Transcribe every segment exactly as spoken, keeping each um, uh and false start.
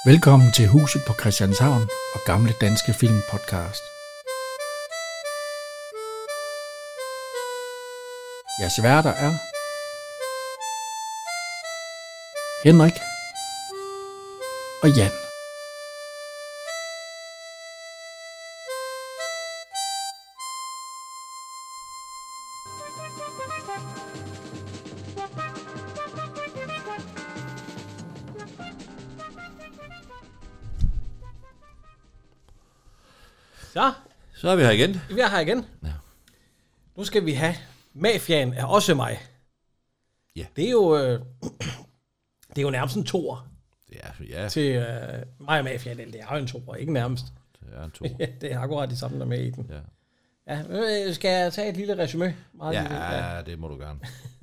Velkommen til Huset på Christianshavn og Gamle Danske Film Podcast. Jeres værter er Henrik og Jan. Så, Så er vi her igen. vi er her igen. Ja. Nu skal vi have Mafiaen er også mig. Ja. Det er jo, øh, det er jo nærmest en toer Ja, ja. til øh, mig og Mafiaen. Det er jo en toer, ikke nærmest. Det er en to. Det er akkurat de samme, der er med i den. Ja, Ja, øh, skal jeg tage et lille resume? Meget ja, lille, ja, det må du gerne.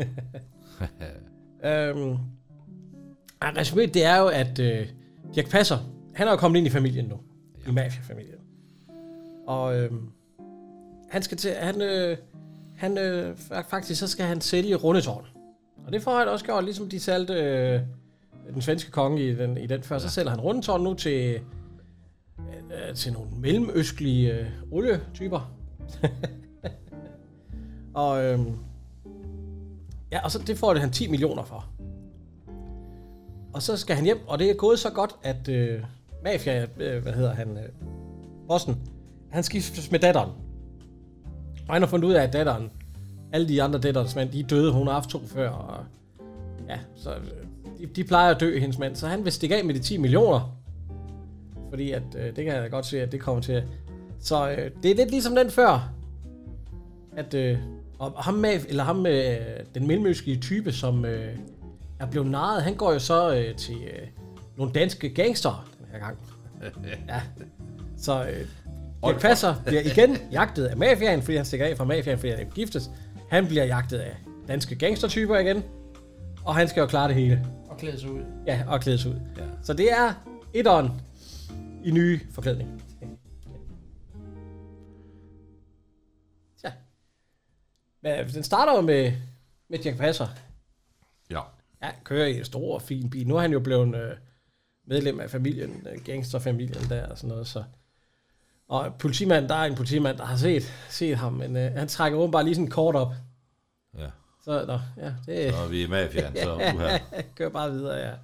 Øhm, ja, resuméet, det er jo, at øh, Dirch Passer, han er jo kommet ind i familien nu. Ja. I Mafia-familien. Og øh, han skal til, han, øh, han øh, faktisk, så skal han sælge Rundetårn. Og det får han også gjort, ligesom de salte øh, den svenske konge i den, i den før. Ja. Så sælger han Rundetårn nu til, øh, til nogle mellemøstlige øh, olietyper. og øh, ja, og så det får det han ti millioner for. Og så skal han hjem, og det er gået så godt, at øh, Mafia, øh, hvad hedder han, øh, bossen, han skiftes med datteren. Og han har fundet ud af, at datteren, alle de andre datterens mænd, de er døde. Hun har haft to før, og ja, så de, de plejer at dø, hendes mand. Så han vil stikke af med de ti millioner. Fordi at, øh, det kan jeg godt se, at det kommer til. Så øh, det er lidt ligesom den før. At, øh, og ham med, eller ham med øh, den mellemøstlige type, som øh, er blevet narret, han går jo så øh, til øh, nogle danske gangster den her gang. Ja. Så øh, Dirch Passer bliver igen jagtet af mafiaen, fordi han stikker af fra mafiaen, fordi han er giftes. Han bliver jagtet af danske gangstertyper igen, og han skal jo klare det hele. Og klæde sig ud. Ja, og klæde sig ud. Ja. Så det er etteren i nye forklædning. Ja. Men den starter jo med, med Dirch Passer. Ja. Ja, kører i en stor, fin bil. Nu er han jo blevet øh, medlem af familien, øh, gangsterfamilien der og sådan noget, så... Og politimanden, der er en politimand, der har set, set ham, men øh, han trækker åbenbart lige sådan kort op. Ja. Så, nå, ja, det... Så er vi i mafiaen, så uha. Kør bare videre, ja.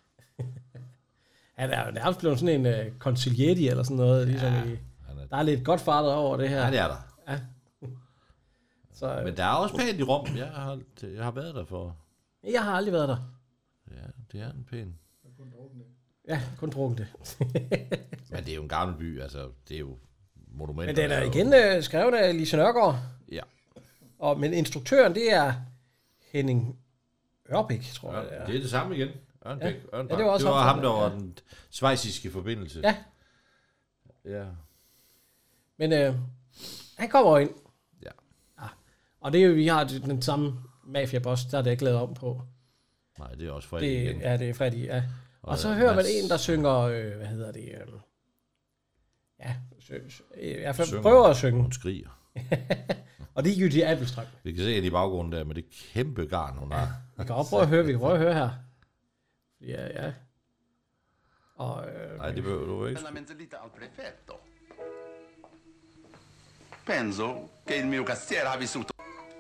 Han er jo nærmest blevet sådan en uh, consigliere eller sådan noget, ligesom Ja, i... er- Der er lidt godt fartet over det her. Ja, det er der. Ja. Så, øh, Men der er også pænt i Rom. Jeg har, jeg har været der for... jeg har aldrig været der. Ja, det er en pæn. Ja, kun drukket det. Men det er jo en gammel by, altså. Det er jo monumenter. Men den er jo- igen øh, skrevet af Lise Nørgaard. Ja. Og, men instruktøren, det er Henning Ørbæk, tror jeg. Ja, det er det samme igen. Ørnbæk, Ja. Ørnbæk. Ja, det var også det var ham, ham, der var ja. den schweiziske forbindelse. Ja. Ja. Men øh, han kommer ind. Ja. Ja. Og det er jo, vi har den samme mafia-boss, der er det ikke lavet om på. Nej, det er også Freddy Det, igen. ja, det er Freddy, ja. Og, Og så øh, hører man Mads- en, der synger, øh, hvad hedder det, øh, ja, sø, sø, i hvert fald Synger. prøver at synge. Hun skriger. Og det er Jytte Appelstrøm. Vi kan se hende i baggrunden der med det kæmpe garn, hun har. Vi kan også prøve at høre, vi kan prøve at høre her. Ja, ja. Og, øh, Nej, det behøver du ikke. La mezzalita al prefetto. Penso che il mio castiere ha vissuto.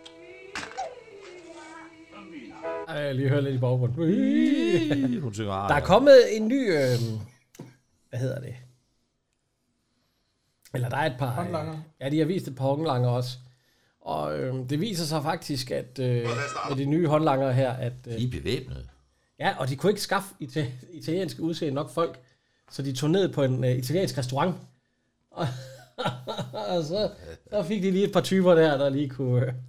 ej, jeg lige høre lidt i baggrunden. Hun synger Der er kommet en ny, øh, hvad hedder det? Eller der er et par... Håndlanger. Ja, de har vist et par håndlanger også. Og øh, det viser sig faktisk, at øh, med de nye håndlanger her, at... Øh, De er bevæbnede. ja, og de kunne ikke skaffe ita- italienske udseende nok folk, så de tog ned på en øh, italiensk restaurant. Og, og så, så fik de lige et par typer der, der lige kunne... Øh,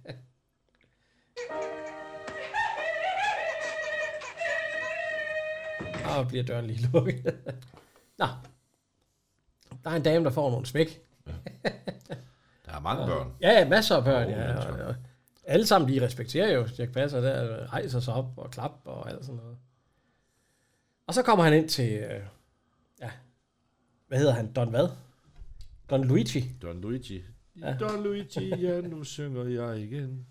og bliver døren lige lukket. Nå. Der er en dame, der får nogle smæk. Der er mange børn. Ja, masser af børn, Åh, ja. mennesker. Og, og, alle sammen, de respekterer jo Dirch Passer der, rejser sig op og klapper og alt sådan noget. Og så kommer han ind til, øh, ja, hvad hedder han? Don hvad? Don Luigi. Don Luigi. Ja. Don Luigi, ja, nu synger jeg igen.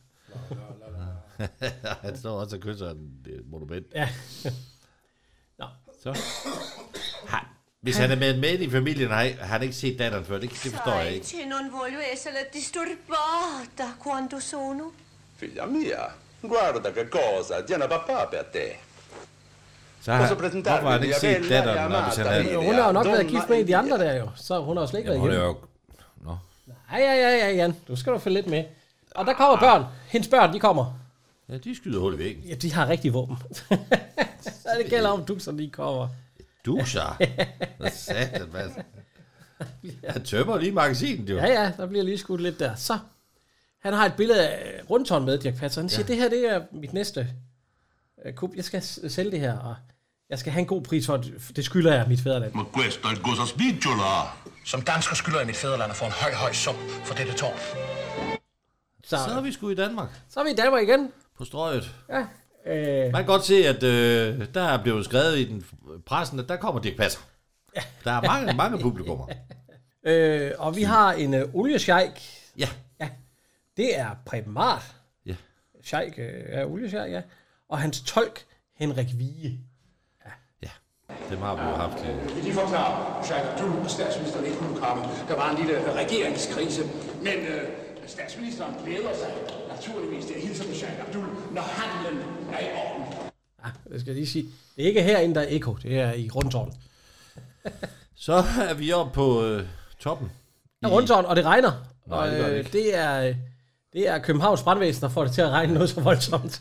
Han står også og kysser en, et monument. Ja. Nå. Så. Har, hvis han er med, med i familien, har, har han ikke set datteren før. Det, det forstår jeg ikke. Sai, non voglio essere disturbata quando sono. Figlia mia, guarda che cosa, tiene papà per te. Så har, hvorfor har han ikke set datteren, når hvis han er... Jo, hun har jo nok været gift med de andre der jo, så hun har jo slet ikke Jamen, været hun er hjemme. jo... Nå. Ja, ja, ja, ja, Jan. Du skal jo følge lidt med. Og der kommer børn. Hendes børn, de kommer. Ja, de skyder hul i væggen. Ja, de har rigtig våben. Så det gælder om, du som de kommer. Duser? Hvad satan, hvad? Han tømmer lige magasinet, jo. Ja, ja, der bliver lige skudt lidt der. Så, han har et billede af Rundtårn med, Dirch Passer. Han siger, ja. Det her, det er mit næste uh, kup. Jeg skal s- sælge det her, og jeg skal have en god pris for det. Det skylder jeg mit fædreland. Ma questo è il cosa spicciola. Som dansker skylder jeg mit fædreland at få en høj, høj sum for dette tårn. Så, Så er vi sgu i Danmark. så er vi i Danmark igen. På strøget. Ja. Øh, Man kan godt se, at øh, der er blevet skrevet i den pressen, at der kommer Dirch Passer. Der er mange, mange publikummer. øh, og vi har en uh, oliesjejk. Ja. Ja. Det er Preben Mart. Ja. Sjejk øh, er oliesjejk, ja. Og hans tolk, Henrik Vige. Ja. Dem har vi jo haft. Øh. Vi lige forklare, Sheikh Abdul og statsministeren ikke kunne komme. Der var en lille regeringskrise, men øh, statsministeren glæder sig naturligvis til at hilse på Sheikh Abdul, når handlen er i orden. Ja, det skal jeg lige sige. Det er ikke herinde, der er ekko. Det er i Rundtårn. Så er vi oppe på øh, toppen. Ja, Rundtårn, og det regner. Nej, og det gør det øh, ikke. det er, det er Københavns brandvæsen, der får det til at regne noget så voldsomt.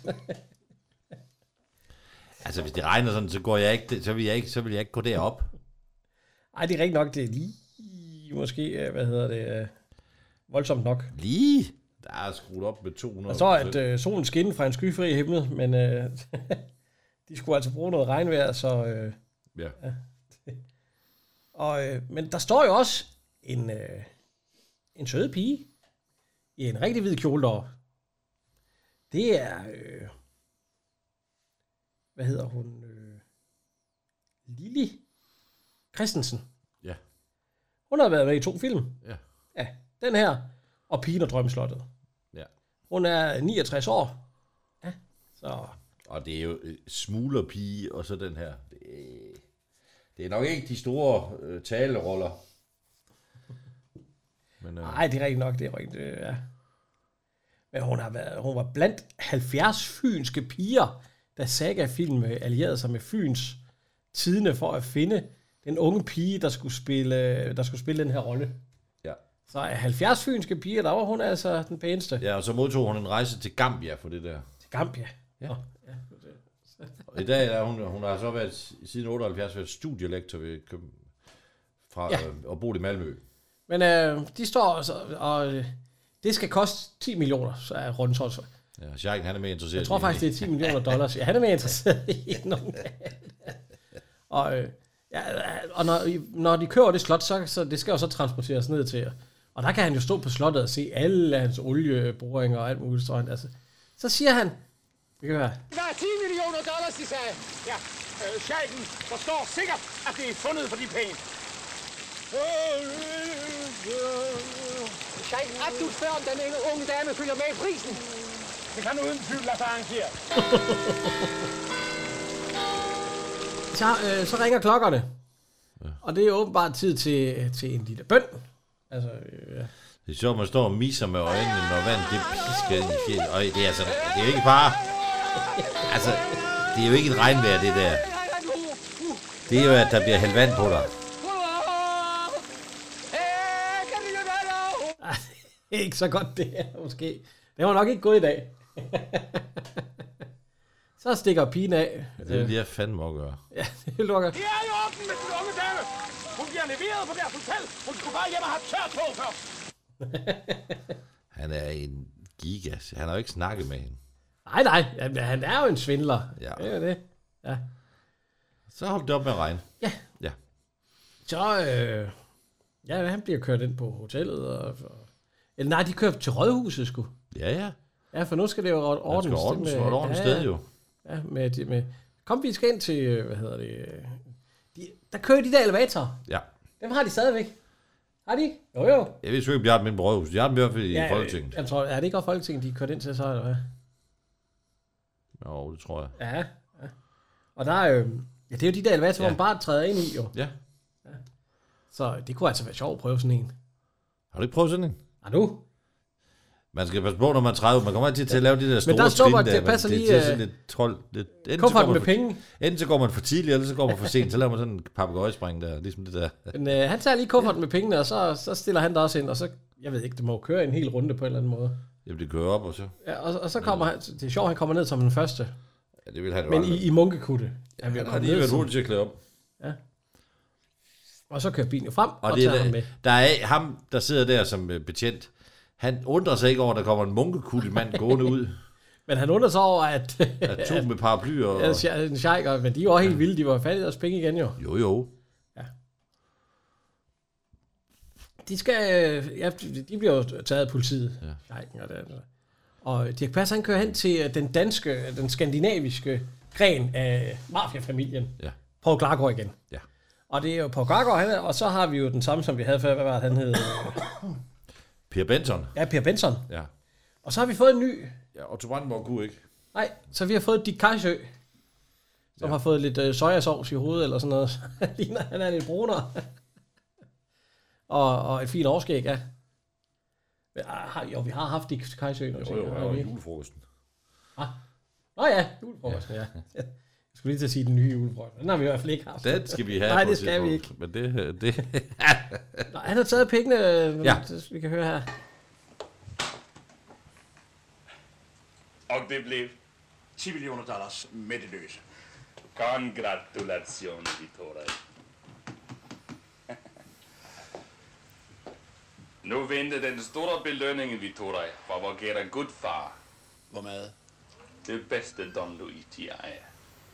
Altså, hvis det regner sådan, så går jeg ikke, så vil jeg ikke, så vil jeg ikke gå derop. Ej, det er rigtig nok. Det er lige, måske, øh, hvad hedder det, øh, voldsomt nok. Lige. Der er skruet op med to hundrede. Der står, at øh, solen skinner fra en skyfri himmel, men øh, de skulle altså bruge noget regnvejr, så... Øh, Ja. og, øh, men der står jo også en, øh, en søde pige i en rigtig hvid kjole deroppe. Det er... Øh, hvad hedder hun? Øh, Lili Christensen. Ja. Hun har været med i to film. Ja. Ja, den her og Pigen og Drømmeslottet. Ja. Hun er niogtres år. Ja, så... Og det er jo øh, smuglerpige, og så den her. Det, det er nok ikke de store øh, taleroller. Men, øh, Nej, det er rigtigt nok, det er rigtigt, øh, ja. Men hun, har været, hun var blandt halvfjerds fynske piger, da Saga-film allierede sig med Fyns Tidende for at finde den unge pige, der skulle spille, der skulle spille den her rolle. Ja. Så af halvfjerds fynske piger, der var hun altså den pæneste. Ja, og så modtog hun en rejse til Gambia for det der. Til Gambia. Ja. Nå, Og i dag er hun, hun har så været, siden otteoghalvfjerds været studielektor ved København, fra, Ja. øh, og boet i Malmø. Men øh, de står altså, og øh, det skal koste ti millioner, så er Rundtårn. Ja, Scheik, han er mere interesseret. Jeg tror faktisk, det er ti millioner dollars. Ja, han er mere interesseret i nogle Og, øh, ja, og når, når de kører det slot, så, så det skal jo så transporteres ned til. Og der kan han jo stå på slottet og se alle hans olieboringer og alt muligt. Så, altså, så siger han, vi kan høre. Det var ti millioner dollars, de sagde. Ja, øh, Sheiken forstår sikkert, at det er fundet for de penge. Sheiken, at du spørger, om den unge dame følger med i prisen. Det kan uden tvivl lade sig arrangere. Så, øh, så ringer klokkerne. Ja. Og det er åbenbart tid til, til en lille bøn. Altså, øh, ja. Det er sjovt, man står og miser med øjnene, når vand det pisker ind i fjellet. Og det er, altså, det er jo ikke bare... Altså, det er jo ikke et regnvejr, det der. Det er jo, at der bliver hældt vand på dig. Ej, det er ikke så godt, det her, måske. Det var nok ikke gået i dag. Så stikker pigen af. Det vil jeg fandme at gøre. Ja, det lukker. Det er i orden med den unge dame. Hun bliver leveret på deres hotel. Hun skulle bare hjem og have tørt på først. Han er en gigas. Han har jo ikke snakket med hende. Nej, nej. Jamen, han er jo en svindler. Ja. Det er det. Ja. Så holdt det op med at regne. Ja. Ja. Så, øh, ja, han bliver kørt ind på hotellet. Og, og, eller nej, de kører til rådhuset, sgu. Ja, ja. Ja, for nu skal det jo ordnes. Det skal ordnes med, et ordentligt ja, sted, jo. Ja, med, med, kom, vi skal ind til, hvad hedder det, de, der kører de der elevatorer. Ja. Dem har de stadigvæk. Har de? Jo, jo. Jeg ved sgu ikke, om de har dem inde på Rådhuset. De har dem i hvert fald i Ja, Folketinget. Jeg tror, er det ikke også Folketinget, de er kørt ind til så, eller hvad? Jo, det tror jeg. Ja, ja. Og der er jo, Ja, det er jo de der elevatorer, Ja. hvor man bare træder ind i, jo. Ja. Ja. Så det kunne altså være sjovt at prøve sådan en. Har du ikke prøvet sådan en? Har du? Man skal passe på, når man er tredive. Man kommer altid til at lave de der store Men der står bare, trin det passer men lige, Det er sådan øh, lidt trold. Lidt, enten, så kufferten går man med for, penge. enten så går man for tidligt, eller så går man for sent. Så laver man sådan en papegøjespring der, ligesom det der. Men øh, han tager lige kufferten med pengene, og så, så stiller han der også ind, og så, jeg ved ikke, det må køre en hel runde på en eller anden måde. Jamen, det kører op, og så... Ja, og, og så kommer han, det er sjovt, han kommer ned som den første. Ja, det vil han jo Men aldrig. i, i munkekutte. Ja, han har lige været hurtigt til at klæde op. Ja. Og så kører bilen jo frem, og, Og og det tager er ham der, med. der er ham, der sidder der som øh, betjent. Han undrer sig ikke over, at der kommer en munkekuttet mand gående ud. Men han undrer sig over, at... At to med paraplyer og... Ja, en scheik, men de var helt vilde. De var fattige deres penge igen, jo. Jo, jo. Ja. De skal... Ja, de bliver jo taget af politiet. Ja. Scheiken og det. Og Dirch Passer, han kører hen til den danske, den skandinaviske gren af mafiafamilien. Ja. Paul Klargaard igen. Ja. Og det er jo Paul Klargaard, han er, og så har vi jo den samme, som vi havde før. Hvad var det, han hed? Per Benson. Ja, Per Benson. Ja. Og så har vi fået en ny... Ja, Otto Brandenborg kunne ikke. Nej, så vi har fået Dick Kajsø, som ja. har fået lidt øh, sojasovs i hovedet, eller sådan noget. Han ligner, han er lidt brunere. og, og et fint overskæg, ja. Men, ah, jo, vi har haft Dick Kajsø. Jo, jo, jo, jo julefrokosten. Ah. Nå ja, julefrokosten, ja. ja. Jeg skulle lige til at sige den nye julefrokost. Den har vi i hvert fald ikke haft. Den skal vi have. Nej, på det skal vi ikke. Men det... det Nå, han har taget pengene, ja. vi kan høre her. Og det blev ti millioner dollars med det løse. Congratulazioni, Vittore. Nu venter den store belønning, Vittore, for vår kære gudfar. Hvor meget? Det bedste Don Luigi ejer.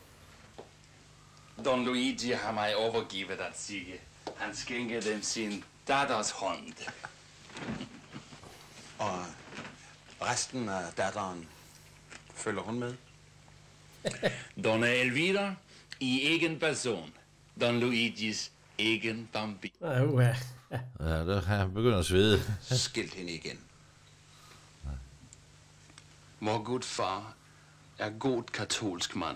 Don Luigi har mig overgivet at sige. Han skænker dem sin datters hånd. Og resten af datteren følger hun med? Donna Elvira i egen person. Don Luigis egen bambi. Ja, uh, ja. Ja, der, han begynder at svede. Skilt hende igen. Vor gudfar er god katolsk mand.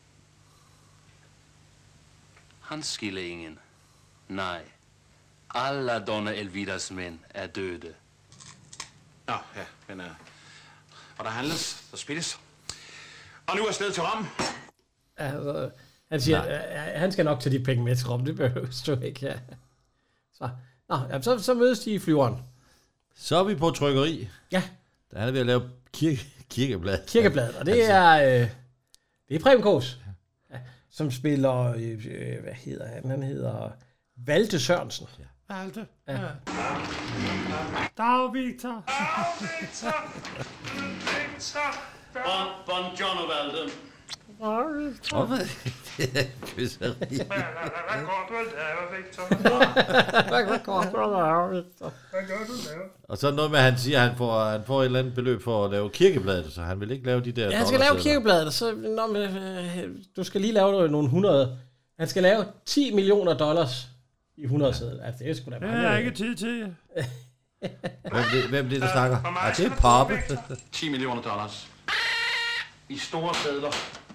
Han skiller ingen. Nej. Alla Donna Elviras mænd er døde. Nå, ja, men... Uh, og der handles, der spilles. Og nu er stedet til Rom. Altså, han siger, at han skal nok tage de penge med til Rom. Det behøves du ikke, ja. Så, nå, jamen, så, så mødes de i flyveren. Så er vi på trykkeri. Ja. Der er han ved at lave kirke, kirkebladet. Kirkebladet, og det Altså. er... Øh, det er Preben Kås, ja, som spiller... Øh, hvad hedder han? Han hedder Valte Sørensen. Ja. Valte. Ja. Ja. Dag, Victor. Victor. Victor. Bon, bon John og Valte. Åh, hvad? Det er kysseri. Hvad går du laver, Victor? Hvad går du laver, Victor? Hvad gør du laver? Og så noget med, at han siger, at han får, han får et eller andet beløb for at lave kirkebladet, så han vil ikke lave de der... Ja, han skal lave kirkebladet, og så... Nå, men, øh, du skal lige lave nogle hundrede... Han skal lave ti millioner dollars i hundrede sædler. Altså, det er sgu da Det mange. har jeg ikke tid til. Hvem det, hvem det, der snakker? Hvor Ah, meget det er skal du Pappe. bruge, Victor? ti millioner dollars. I store sædler.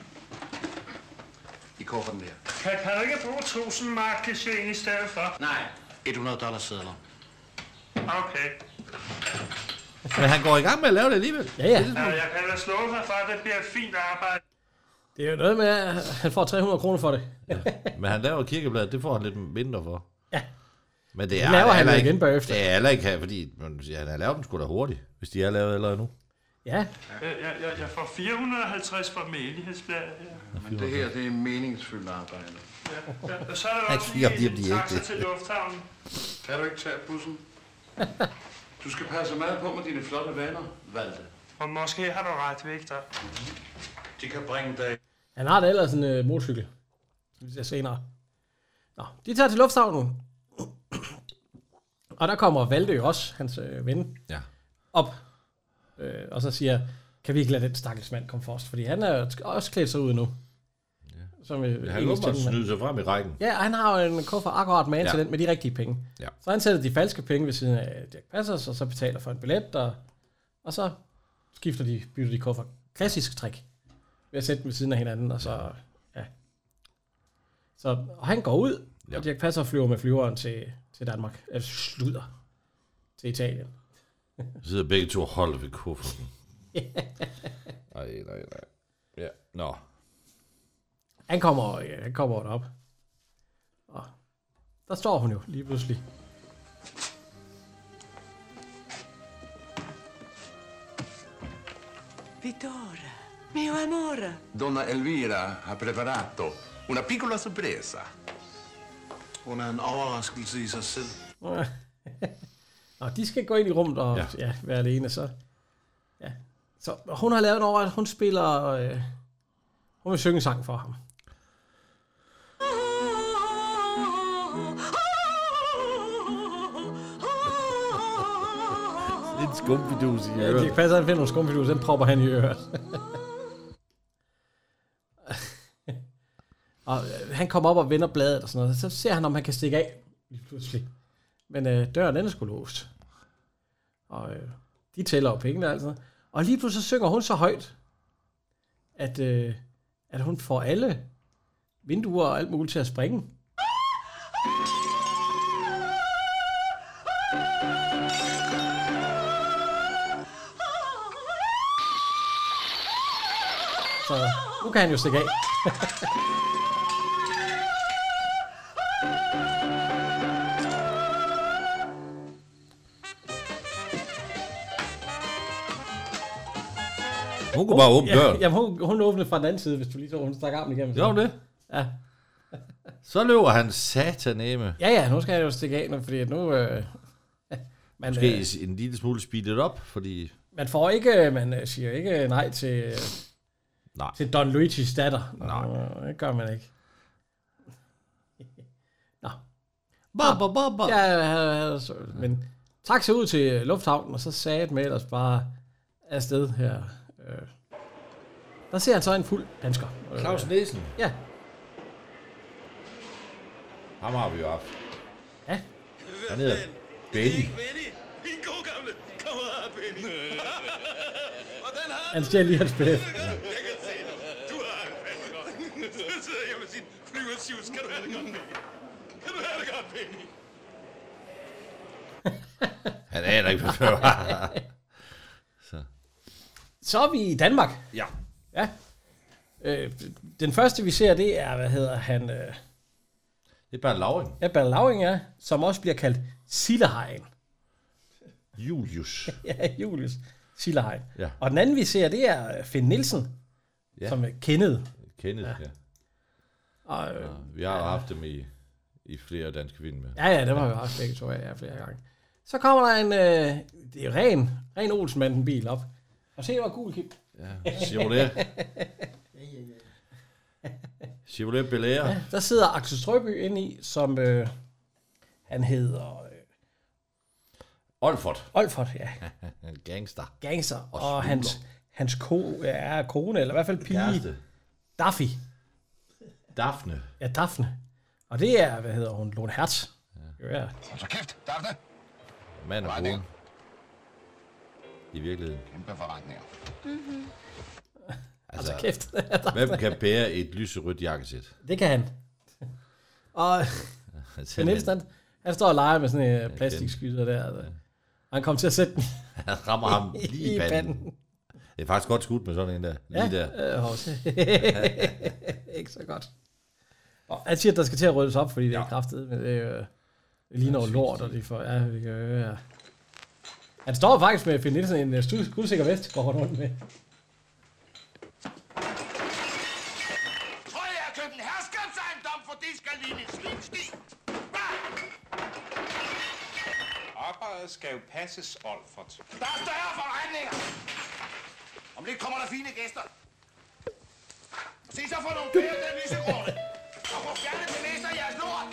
I kufferten der. Kan, kan du ikke bruge tusind mark i stedet for? Nej. hundrede dollars sædler. Okay. Men han går i gang med at lave det alligevel. Ja, ja. Ja, jeg kan da slå mig for, at det bliver et fint arbejde. Det er jo noget med, at han får tre hundrede kroner for det. Men han laver kirkebladet, det får han lidt mindre for. Ja. Men det Det er laver han heller jo ikke, igen bagefter. Det er heller ikke, fordi man siger, han har lavet dem sgu da hurtigt, hvis de er lavet allerede nu. Ja. Jeg, jeg, jeg, jeg får fire hundrede og halvtreds for menighedsbladet her. Men det her, det er meningsfyldt arbejde. Ja, ja. Så er der Jeg også kigger lige om de en er taxa ægte. til lufthavnen. Kan du ikke tage bussen? Du skal passe meget på med dine flotte vaner, Valte. Og måske har du ret, Victor. De kan bringe dig. Han har da ellers en øh, motorcykel. Vi ser senere. Nå, de tager til lufthavnen. Og der kommer Valte jo også, hans øh, ven, Ja. op. Øh, og så siger, kan vi ikke lade den stakkels mand komme først? Fordi han er også klædt sig ud nu. Ja. Som, øh, Han kan godt snyde sig frem i rækken. Ja, og han har jo en kuffert akkurat med Ja. til den med de rigtige penge. Ja. Så han sætter de falske penge ved siden af Dirch Passers, og så betaler for en billet, og, og så skifter de, bytter de kuffert. Klassisk trick. Ved at sætte dem ved siden af hinanden, og så... Ja. Så og han går ud, Ja. og Dirch Passer flyver med flyveren til, til Danmark. Altså slutter til Italien. Så sidder begge to og holder ved kufferten. Nej, nej, nej. Ja, nå. Han kommer, ja, han kommer derop. Og der står hun jo lige pludselig. Vittoria, mio amore. Donna Elvira har preparato una piccola sorpresa. Hun er en overraskelse i sig selv. Og de skal gå ind i rummet og ja. Ja, være alene, så... Ja. Så hun har lavet en over, at hun spiller... Øh, hun vil synge en sang for ham. Det er en skumfidus i Ja, øret. det passer, han finder nogle skumfidus, den propper han i øret. Og øh, han kommer op og vender bladet og sådan noget. Så ser han, om han kan stikke af lige pludselig. Men øh, døren den er sgu låst. Og øh, de tæller jo pengene og alt sådan noget. Og lige pludselig så synger hun så højt, at, øh, at hun får alle vinduer og alt muligt til at springe. Så nu kan han jo stikke af. Hun kunne bare åbne døren. Ja, jamen, hun, hun åbnede fra den anden side, hvis du lige så, hun stak armen igennem. Gjorde det? Ja. Så løber han sataneme. Ja, ja, nu skal jeg jo stikke af nu, fordi at nu... Øh, man, Måske øh, en lille smule speedet op, fordi... man får ikke... Man øh, siger ikke nej til... Nej. Til Don Luigis datter. Nej. Nå, det gør man ikke. Nå. Ba, ba, ba, ba. Ja, ja, ja, så, men taxa ud til lufthavnen, og så sagde med ellers bare afsted her. Øh. Der ser han så en fuld dansker. Claus Nielsen. Ja. Ham har vi jo haft. Ja. Han hedder Benny. Benny, min gode gamle kammerat Benny. Hvordan har Han stjæler lige hans billet. Jeg kan se dig. Du har det fandme godt. Så sidder jeg med sin flyversivs. Kan du have det godt, Benny? Kan du have det godt, Benny? Han aner ikke, hvad det var. Så. Så er vi i Danmark. Ja. Ja. Øh, den første, vi ser, det er, hvad hedder han? Øh, Det er bare Lauring. ja, Bertel Lauring, ja, som også bliver kaldt Sildehajen. Julius. Ja, Julius Sildehajen. Ja. Og den anden, vi ser, det er Finn Nielsen, Ja. som er Kenneth. Kenneth, ja. Ja. ja. Og, øh, Vi har jo haft dem i, i flere danske film. ja, ja, det var jo også begge to af ja, flere gange. Så kommer der en, øh, det er ren, ren Olsenmanden bil op. Og se, det var gul, Kim. Ja, Chevrolet. Chevrolet Bel Air. Ja, der sidder Axel Strøby inde i, som øh, han hedder... Øh, Olfert. Olfert, ja. Gangster. Gangster. Og Og, smugler. og hans, hans ko, er kone, eller i hvert fald pige. Kæreste. Daffy. Daphne. Ja, Daphne. Og det er, hvad hedder hun, Lone Hertz. Ja. ja. Så kæft, Daphne. Mand og kone. I virkeligheden. Kæmpe forretninger. Mm-hmm. Altså, kæft. Hvem kan bære et lyserødt jakkesæt? Det kan han. Og Finn Nielsen, han, han står og leger med sådan en plastikskyder der. Altså. Og han kommer til at sætte den Han rammer ham lige i panden. Det er faktisk godt skudt med sådan en der. Lige ja, der. Øh, ikke så godt. Og han siger, at der skal til at ryddes op, fordi det er kraftigt, men det, er, det ligner jo lort, og de får... Ja, vi kan høre, ja. Han står faktisk med Finn Nielsen en skudsikker vest, går rundt med. Tror jeg, jeg købte en herskabsejendom, for det skal lide en svinski. Arbejdet skal jo passes, Olfert. Der er større forretninger. Om lidt kommer der fine gæster. Se så for nogle pære, den lysegrønne. Og få fjernet til næste af jeres lort.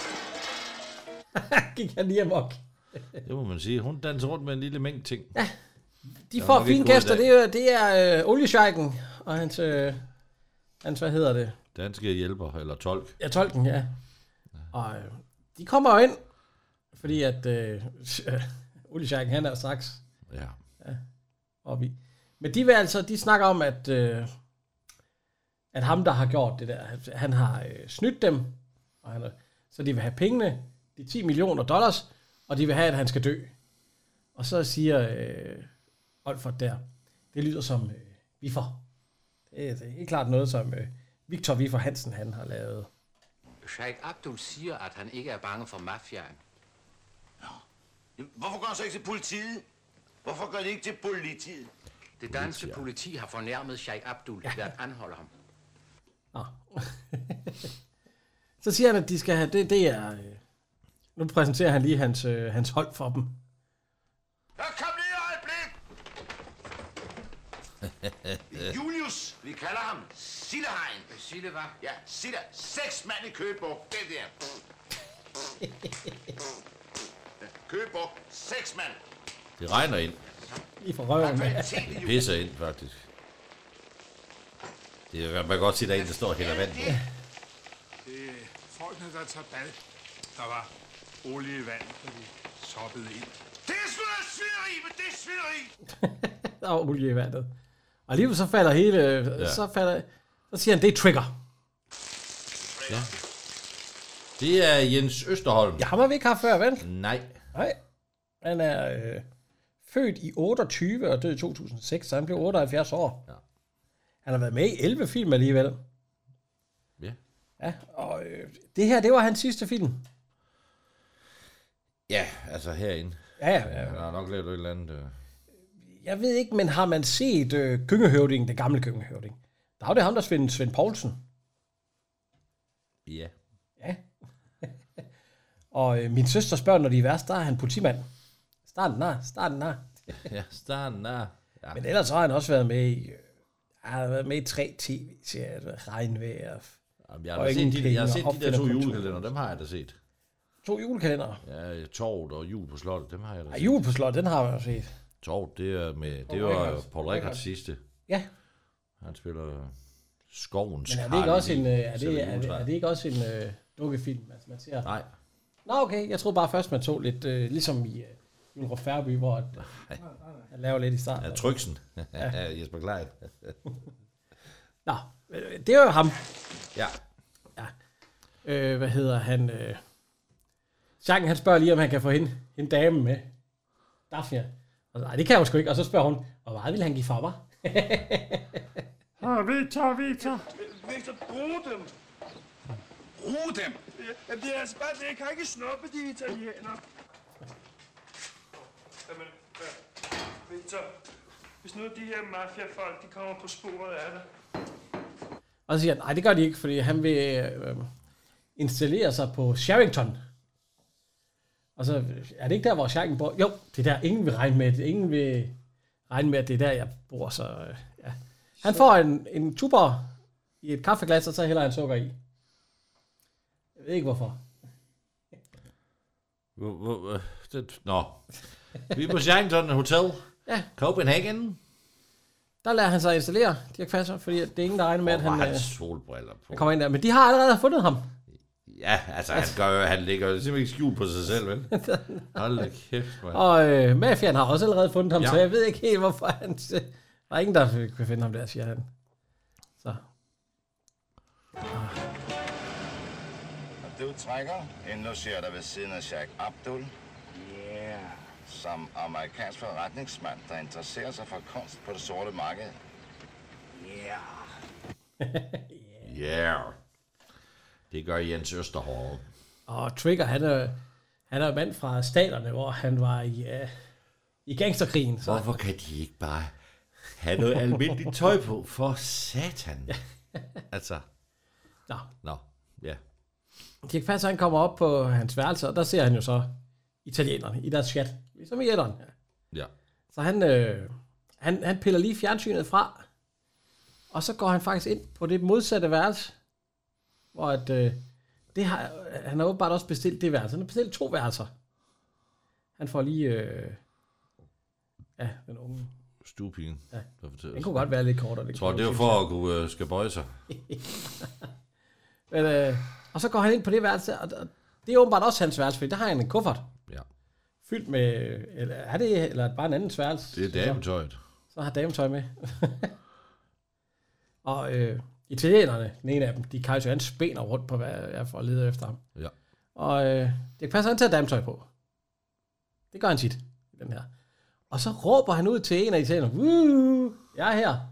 Gik han lige amok. Det må man sige. Hun danser rundt med en lille mængde ting. Ja, de Der får nok ikke fine gået i gæster. dag. Det er, det er øh, oliesjejken og hans, øh, hans, hvad hedder det? Danske hjælper, eller tolk. Ja, tolken, ja. Og øh, de kommer jo ind, fordi at øh, oliesjejken, han er straks Ja. ja, oppe i. Men de vil altså, de snakker om, at, øh, at ham, der har gjort det der, han har øh, snydt dem Og han er, så de vil have pengene, de ti millioner dollars, og de vil have, at han skal dø. Og så siger øh, Olfert der, det lyder som øh, Wiffer. Det er, det er helt klart noget, som øh, Victor Wiffer Hansen han har lavet. Sheikh Abdul siger, at han ikke er bange for mafiaen. Ja. Hvorfor går han så ikke til politiet? Hvorfor går det ikke til politiet? Det danske politi har fornærmet Sheikh Abdul ved at anholde ham. Ah. Så siger han, at de skal have, det, det er, øh, nu præsenterer han lige hans, øh, hans hold for dem. Ja, kom lige et øjeblik! Julius, vi kalder ham Silleheim. Sille hvad? Ja, Sille. Seks mand i Køgebugt, det der. Køgebugt, seks mand. Det regner ind. I får røven med. Det pisser ind, faktisk. Det er, man kan godt se, der er en, der står og hælder vand. Det er folkene, der tager bad. Der var olie i vand, da de soppede ind. Det er sgu da svineri, men det er svineri! Der var olie i vandet. Og alligevel så falder hele, ja. så falder, så siger han, det er Trigger. Ja. Det er Jens Østerholm. Ja, ham har vi ikke haft før, vel? Nej. Nej. Han er øh, født i otteogtyve og død i to tusind og seks, så han blev otteoghalvfjerds år. Ja. Han har været med i elleve film alligevel. Ja. Ja, og øh, det her, det var hans sidste film. Ja, altså herinde. Ja, ja. ja. Han har nok lavet et eller andet. Øh. Jeg ved ikke, men har man set øh, Gyngehøvding, det gamle Gyngehøvding? Der er jo det ham, der Svend, Svend Poulsen. Ja. Ja. Og øh, min søsters børn, når de er værst, der er han politimand. Starten der, starten der. Ja, starten der. Ja. Men ellers har han også været med i, øh, han har været med i tre tv-serier, Regnvejr. Jamen, jeg har, set de, jeg har set de der to julekalender, dem har jeg da set. To julekalender? Ja, Torvet og Jul på Slottet, dem har jeg da set. Ja, Jul på Slottet, den har jeg også set. Torvet, det er med, det var Paul Rickards sidste. Ja. Han spiller Skovens. Men er det ikke også en, er det, er det, er det ikke også en uh, dukkefilm? Altså, man ser... Nej. Nå, okay. Jeg troede bare først, man tog lidt, uh, ligesom i uh, Julrup Færby, hvor at, uh, jeg laver lidt i starten. Ja, Tryksen. Ja. Jesper Klein. Nå, det er jo ham. Ja. Ja. Øh, hvad hedder han? Øh... Jean, han spørger lige, om han kan få hende, hende dame med. Daphne. Og så, nej, det kan hun sgu ikke. Og så spørger hun, hvor meget vil han give for mig? Ah, Victor, Victor. Victor, brug dem. Brug dem? Ja, det er altså bare det. Jeg kan ikke snuppe de italienere. Jamen, Victor, hvis nu de her mafiafolk, de kommer på sporet af det. Og så siger han, nej, det gør de ikke, fordi han vil øh, installere sig på Sherrington. Og så er det ikke der, hvor Sherrington bor. Jo, det er der, ingen vil regne med det. Ingen vil regne med, at det er der, jeg bor. Så øh, ja. Han får en, en tuber i et kaffeglas, og så hælder han sukker i. Jeg ved ikke, hvorfor. Hvor, hvor, det, nå. Vi er på Sherrington Hotel. Ja. Copenhagen. Der lærer han sig at installere Dirch Passer, fordi det er ingen, der regner med, at han, han øh, solbriller på. han kommer ind der. Men de har allerede fundet ham. Ja, altså han, gør jo, han ligger jo simpelthen ikke skjult på sig selv, vel? Hold da kæft, man. Og øh, mafiaen har også allerede fundet ham, ja. Så jeg ved ikke helt, hvorfor han... Der er ingen, der kan finde ham der, siger han. Så. Ah. Du trækker, indlogerer dig ved siden af Sheikh Abdul. Yeah. Som amerikansk forretningsmand, der interesserer sig for kunst på det sorte marked. Yeah. Yeah. Det gør Jens Østerholm. Og Trigger, han er, han er mand fra staterne, hvor han var i, uh, i gangsterkrigen. Så. Hvorfor kan de ikke bare have noget almindeligt tøj på? For satan. Altså. Nå. Nå, ja. Dirch Passer, han kommer op på hans værelse, og der ser han jo så italienerne i deres chat. Ligesom i etteren. Ja. Så han, øh, han, han piller lige fjernsynet fra, og så går han faktisk ind på det modsatte værelse, hvor at, øh, det har, han har åbenbart også bestilt det værelse. Han har bestilt to værelser. Han får lige, øh, ja, den unge. Stuepigen. Ja. Den kunne godt være lidt kortere. Jeg tror, det var for at kunne øh, skal bøje sig. Men, øh, og så går han ind på det værelse, og, og det er åbenbart også hans værelse, for der har han en kuffert. Ja. Fyldt med, eller er det eller bare en anden værelse? Det er dametøjet. Så, så har dametøj med. og, øh, italienerne, den ene af dem, de Kaiser, han spænder rundt på, hvad jeg er for at lede efter ham. Ja. Og øh, det passer han til at dametøj på. Det gør han tit i den her. Og så råber han ud til en af italienerne, Woo! Jeg er her.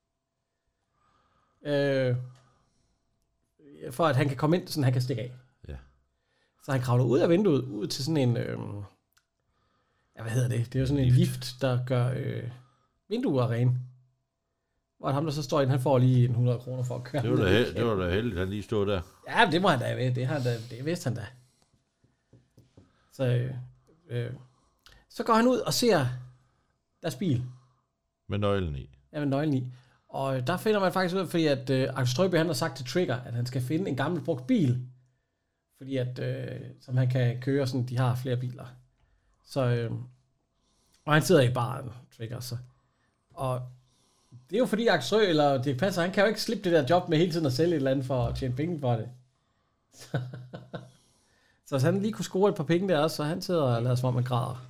Øh, for at han kan komme ind, så han kan stikke af. Ja. Så han kravler ud af vinduet, ud til sådan en, øh, ja, hvad hedder det? Det er jo sådan en lift, der gør øh, vinduer rene. Hvor ham, der så står ind, han får lige en hundrede kroner for at køre. Det var da, held, det var da heldigt, han lige stod der. Ja, det må han da ved. Det, han da, det vidste han da. Så, øh, øh, så går han ud og ser deres bil. Med nøglen i. Ja, med nøglen i. Og der finder man faktisk ud af, fordi at øh, Axel Strøby, han har sagt til Trigger, at han skal finde en gammel brugt bil. Fordi at, øh, som han kan køre, sådan, de har flere biler. Så, øh, og han sidder i baren, Trigger, så. Og det er jo fordi Axel Strøby, eller det passer, han kan jo ikke slippe det der job med hele tiden at sælge et eller andet for at tjene penge for det. Så, så han lige kunne score et par penge der også, så han sidder og lader som om man græder.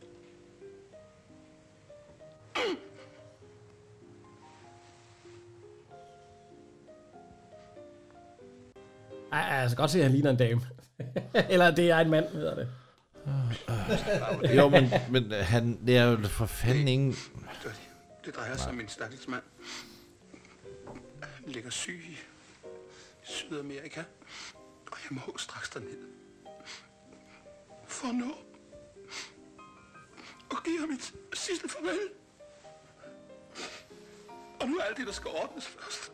Ej, jeg skal godt se, at han ligner en dame. Eller det er en mand, hedder det. Jo, men, men han det er jo for fanden ingen... Det drejer sig om en stakkels mand. Han ligger syg i Sydamerika, og jeg må straks derned. For nu. Og give ham et sidste farvel. Og nu er alt det, der skal ordnes først.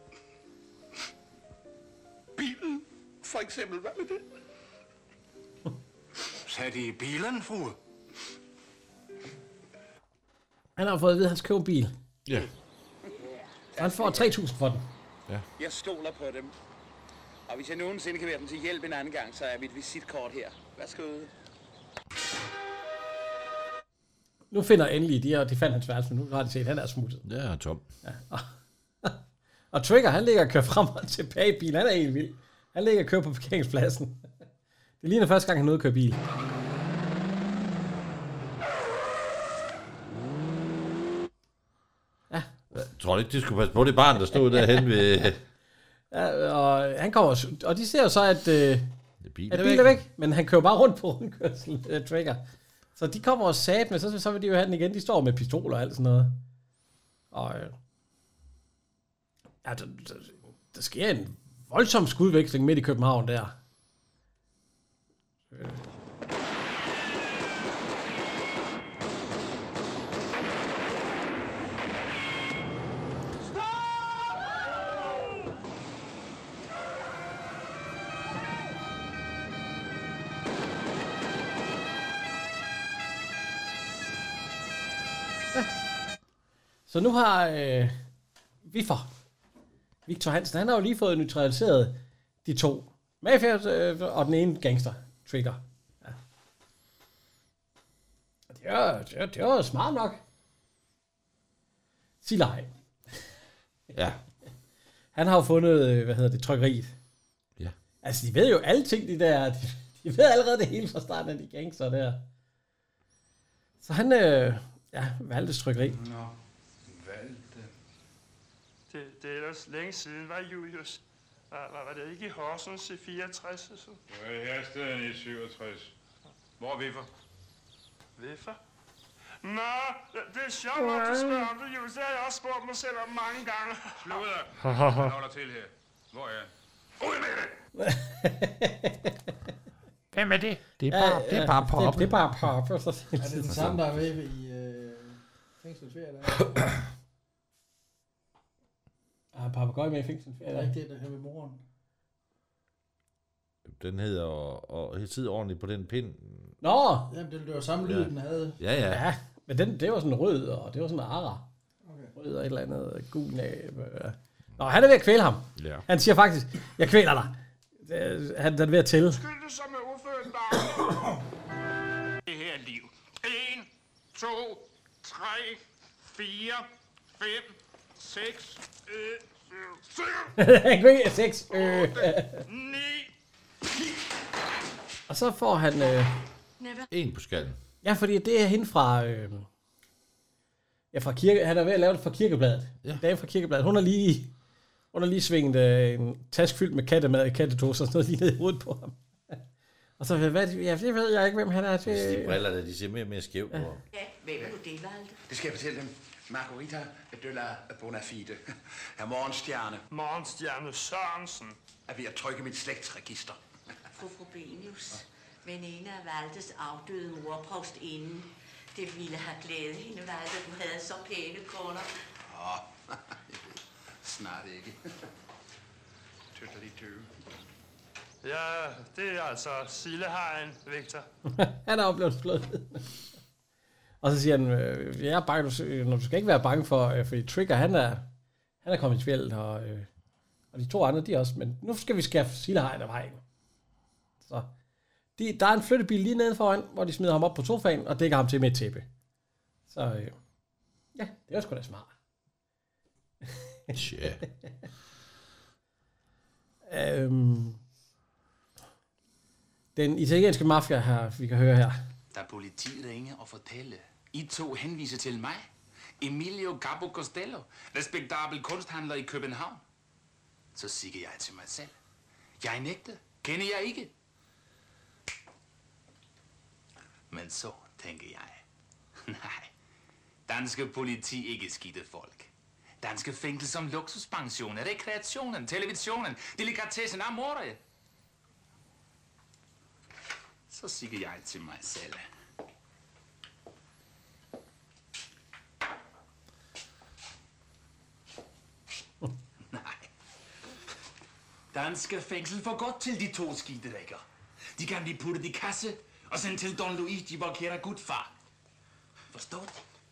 Bilen, for eksempel. Hvad med det? Sat i bilen, frue? Han har fået at vide, at han skal købe en bil. Ja. Og han får tre tusind for den. Ja. Jeg stoler på dem. Og hvis jeg nogensinde kan være dem til hjælp en anden gang, så er mit visitkort her. Værsgo. Nu finder endelig, de, og de fandt hans værelse, men nu har de set, at han er smuttet. Ja, han er tom. Ja. Og, og Trigger, han ligger og kører frem og tilbage i bilen. Han er helt vild. Han ligger og kører på parkeringspladsen. Det ligner første gang, han er ude at køre bil. Ja. Jeg tror ikke, de skulle passe på det barn, der stod derhen ved... Ja, og han kommer, og de ser jo så, at, øh, bilen at er bilen er væk. væk, men han kører bare rundt på rundkørsel, uh, Trigger. Så de kommer og sat med, så, så vil de jo have den igen. De står med pistoler og alt sådan noget. Og øh, ja, der, der, der sker en voldsom skudveksling midt i København der. Øh. Så nu har øh, Wiffer, Victor Hansen, han har jo lige fået neutraliseret de to. Mafia øh, og den ene gangster, Trigger. Ja. Og det er det er, det er smart nok. Sig nej. Ja. Han har jo fundet, øh, hvad hedder det, trykkeriet. Ja. Altså, de ved jo alle ting, de der. De, de ved allerede det hele fra starten af de gangster der. Så han, øh, ja, valgte trykkeri. Nå. Valgte. Det, det er ellers længe siden, var Julius? Var, var, var det ikke i Horsens i fireogtres? Så? Det var her stedet i syvogtres. Hvor er Wiffer? Wiffer? Nå, det er sjovt, at du spørger om det, Julius. Det har jeg også spurgt mig selv om mange gange. Sludder! Jeg holder til her. Hvor er jeg? Ud med det! Hvem er det? Det er bare, ja, det er bare pop. Det, det er bare pop. Er det den samme, der er med i øh, fængselsferie? Er papagøj med i fængselsferie? Det er ikke det, der her ved moren. Den hedder og, og hedder ordentligt på den pind. Nå! Jamen, det var samme lyd, ja. den havde. Ja, ja. Ja, men den, det var sådan rød, og det var sådan en ara. Okay. Rød og et eller andet gul næb. Nå, han er ved at kvæle ham. Ja. Han siger faktisk, jeg kvæler dig. Han er ved at tælle. Skyld det som er ordføren bare. Det her liv. En, to, tre, fire, fem, seks, øh, syv, Han kvæler seks. Øh. ni. Og så får han... Øh, en på skallen. Ja, fordi det er hende fra... Øh, ja, fra kirke... Han er ved at lave det fra Kirkebladet. Ja. Dame fra Kirkebladet. Hun er lige... Hun har lige svinget øh, en task fyldt med kattemad i kattetås og sådan noget lige ned i hovedet på ham. Og så, hvad, ja, det ved jeg ikke, hvem han er til. De briller der, de ser mere og mere skævt på. Ja, hvem er nu det, Valde? Det skal jeg fortælle dem. Margarita de la Bonafide. Herr Morgenstjerne. Morgenstjerne Sørensen. Er ved at trykke mit slægtsregister. Fru Frobenius, veninde af Valdes afdøde morprovst inden. Det ville have glædet hende, Valde, du havde så pæne kunder. Åh, jeg ved snart ikke. Tøtterlig døve. Ja, det er altså Sillehajen, Victor. Han er jo blevet slået. Og så siger han, øh, jeg er bange, du, når du skal ikke være bange for, øh, fordi Trigger, han er, han er kommet i spjældet, og, øh, og de to andre, de også, men nu skal vi skaffe Sillehajen af vejen. Så de, der er en flyttebil lige nede foran, hvor de smider ham op på sofaen, og dækker ham til med et tæppe. Så øh, ja, det er sgu da smart. Tja. øhm, den italienske mafia her, vi kan høre her. Da politiet ringer og fortæller, I to henviser til mig, Emilio Gabbo Costello, respektabel kunsthandler i København, så siger jeg til mig selv, jeg nægter, kender jeg ikke. Men så tænker jeg, nej, danske politi ikke skidte folk. Danske fængsel som luksuspensioner, rekreationen, televisionen, delikatessen, amore. Så siger jeg til mig selv. Nej. Danske fængsel for godt til de to skiderikker. De kan blive puttet i kasse og sendt til Don Luis de Valquera Gudfar. Forstået?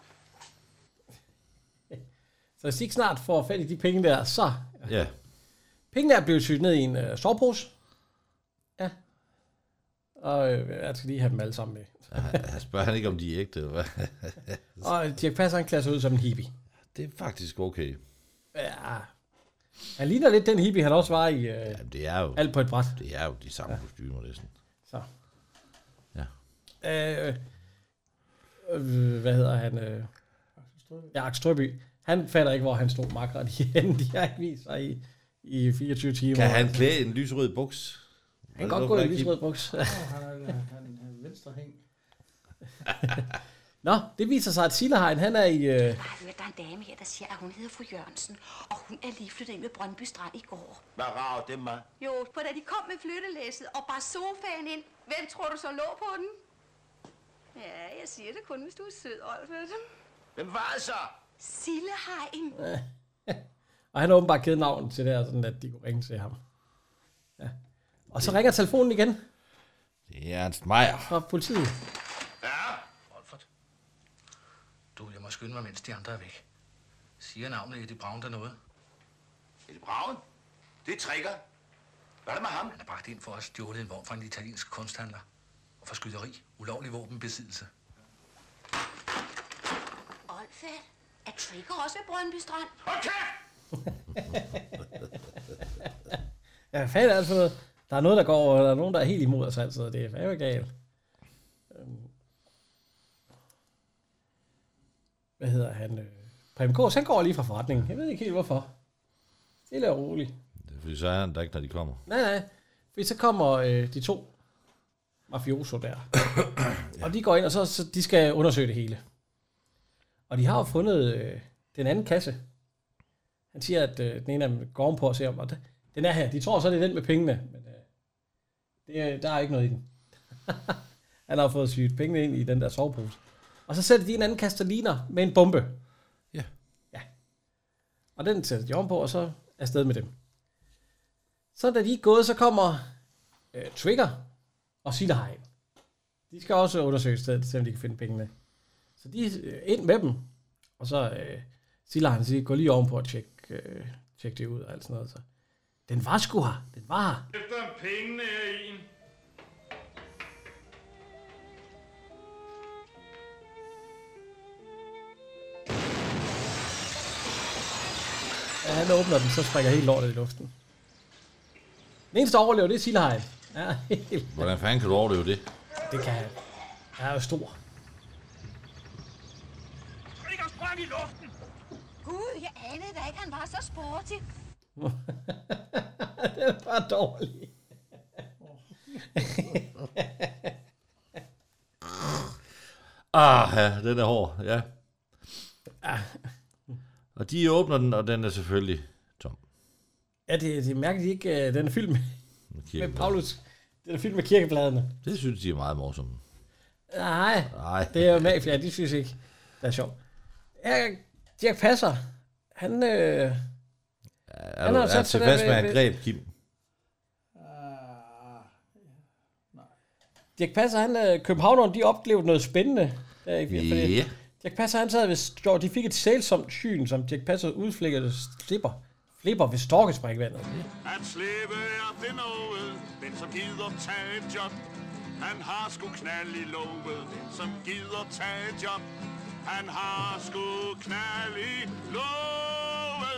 Så hvis de ikke snart får fat i de penge der, så... Ja. Pengene er blevet sygt ned i en øh, sovepose. Ja. Og øh, jeg skal lige have dem alle sammen med. Ja, spørger han ikke, om de er ægte, eller hvad? Og Dirch Passer, han klæder sig ud som en hippie. Det er faktisk okay. Ja. Han ligner lidt den hippie, han også var i øh, ja, det er jo, alt på et bræt. Det er jo de samme ja. kostymer, næsten. Så. Ja. Øh, øh, hvad hedder han? Øh, ja, Axel Strøby. Han fatter ikke, hvor han stod makker. De, de har ikke vist sig i, i fireogtyve timer. Kan han klæde en lysrød buks? Han kan godt gå i en lysrød buks. Oh, han er venstre hæng. Nå, det viser sig, at Sillehajen, han er i... Øh... Jeg har hørt, der er en dame her, der siger, at hun hedder fru Jørgensen, og hun er lige flyttet ind med Brøndby Strand i går. Hvad rager det mig? Jo, på da de kom med flyttelæsset og bare sofaen ind. Hvem tror du så lå på den? Ja, jeg siger det kun, hvis du er sød, Olfert. Hvem var det så? Sillehajen. Og han har åbenbart givet navn til det her, sådan at de kunne ringe til ham. Ja. Og så ringer telefonen igen. Det er Ernst Meier. Fra politiet. Ja, Olfert. Du, jeg må skynde mig, mens de andre er væk. Siger navnet Eddie Braun der noget? Eddie Braun? Det er Trigger. Hvad er det med ham? Han er bragt ind for at stjåle en vogn fra en italiensk kunsthandler. Og for skyderi, ulovlig våbenbesiddelse. Olfert, er Trigger også ved Brøndby Strand? Okay! Ja, hvad fanden er det for noget? Der er noget, der går, og der er nogen, der er helt imod os altid. Det er fandme galt. Hvad hedder han? Preben Kås, han går lige fra forretningen. Jeg ved ikke helt, hvorfor. Stille og roligt. Det er fordi, så er han der ikke, når de kommer. Nej, nej. Fordi så kommer øh, de to mafioso der. Ja. Og de går ind, og så, så de skal undersøge det hele. Og de har jo fundet øh, den anden kasse. Han siger, at øh, den ene af dem går om på og ser om, og det, den er her. De tror så, det er den med pengene, men øh, det er, der er ikke noget i den. Han har fået sygt pengene ind i den der sovepose. Og så sætter de en anden kasse, der ligner med en bombe. Ja. Ja. Og den sætter de om på, og så afsted med dem. Så da de er gået, så kommer øh, Trigger og Sillehajen. De skal også undersøge stedet, så de kan finde pengene. Så de er øh, ind med dem, og så øh, Sillehajen siger, gå lige ovenpå og tjek, øh, tjek det ud og alt sådan noget. Så. Den var sgu her. Den var her. Efter pengene er en. Ja, han åbner den, så springer helt lortet i luften. Den eneste, der overlever, det er Sillehajen. Ja, helt. Hvordan fanden kan du overleve det? Det kan han. Han er jo stor. Trigger sprang i luften! Gud, jeg anede da ikke, han var så sporty. Det er bare dårligt. Ah, ja, den er hård, ja. Og de åbner den, og den er selvfølgelig tom. Ja, det, det mærker de ikke. Den er fyldt med, med Paulus. Den er fyldt med kirkebladene. Det synes de er meget morsomme. Nej, Nej. det er jo mafia. De synes ikke, det er sjovt. Ja, Dirch Passer, han... Øh, ja, er han du, har er tilfreds med, at han greb Kim? Dirch Passer, han, øh, Københavneren, de oplevede noget spændende. Der, ikke? Fordi Ja. Dirch Passer, han sad ved stå, de fik et sælsomt syn, som Dirch Passer udflækkede slipper. Flipper ved storkespringvandet. At slæbe er det noget, den som gider tage et job. Han har sgu knald i lovet, den som gider tage et job. Han har sgu knald i lovet.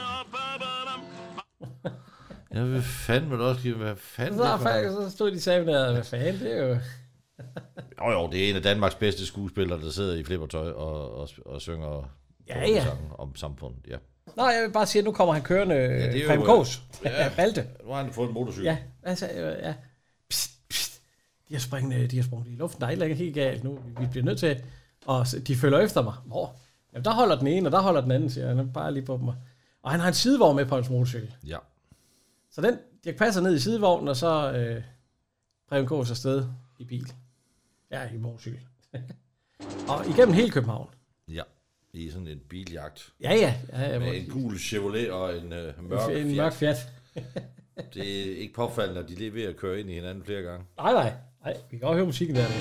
Ja, hvad fanden vil du også give? Hvad fanden? Så, så stod de sammen der, hvad fanden, det er jo... Jo, jo, det er en af Danmarks bedste skuespillere, der sidder i flippertøj og, og, og synger ja, ja. sange om samfundet. Ja. Nå, jeg vil bare sige, at nu kommer han kørende ja, Preben Kaas. Ja, Balte. Nu har han fået en motorcykel. Ja, altså, ja. Psst, psst. De har sprunget, de har sprunget i luften. Der er ikke helt galt nu. Vi bliver nødt til, og de følger efter mig. Hvor? Jamen, der holder den ene, og der holder den anden, siger han. Bare lige på dem. Og han har en sidevogn med på hans motorcykel. Ja. Så den, jeg passer ned i sidevognen, og så øh, Preben Kaas afsted i bil. Ja, i motorcykel. Og igennem hele København. Ja, i sådan en biljagt. Ja, ja. ja, ja med en gul Chevrolet og en øh, mørk en Fiat. mørk Fiat. Det er ikke påfaldende, at de lige er ved at køre ind i hinanden flere gange. Nej, nej. Nej, vi kan også høre musikken der.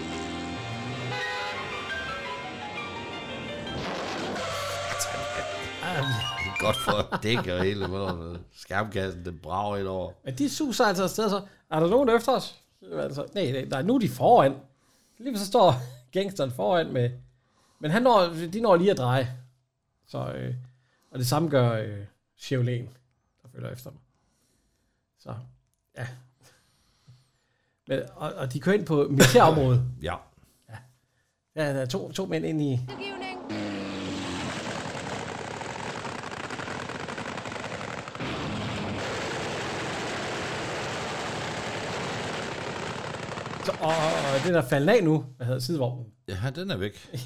Det er godt for dæk og hele skærmkassen, den brager et over. Men de suser altså afsted, så er der nogen efter os? Altså, nej, nej, nej, nu er de foran. Lige så står gangsteren foran med... Men han når, de når lige at dreje. Så, øh, og det samme gør øh, Chevrolet, der følger efter dem. Så, ja. Men, og, og de kører ind på militærområdet. Ja. Ja, ja der er to, to mænd ind i... Så, og, og det der faldt af nu, hvad hedder sidevognen? Ja, den er væk.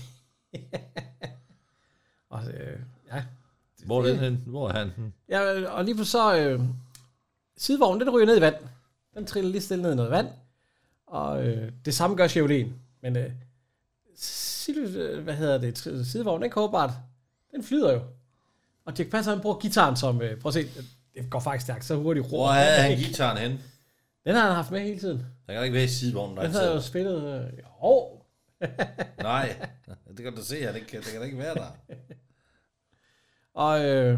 og, øh, ja. Hvor er den hen? Hvor er han? Ja, og lige på så... Øh, sidevognen, den ryger ned i vand. Den triller lige stille ned i noget vand. Og øh, det samme gør Chevrolet. Men øh, øh, hvad hedder det? Sidevognen, den kåbart. Den flyder jo. Og Dirch Passer, han bruger gitaren som... Øh, prøv at se, det går faktisk stærkt. Så hurtigt råber. Hvor havde han gitaren hen? Den har han haft med hele tiden. Der kan ikke være i sidevognen, der den havde jo spillet... Øh, jo. Nej, det kan du se, at det kan, det kan da ikke være der. Og... Øh,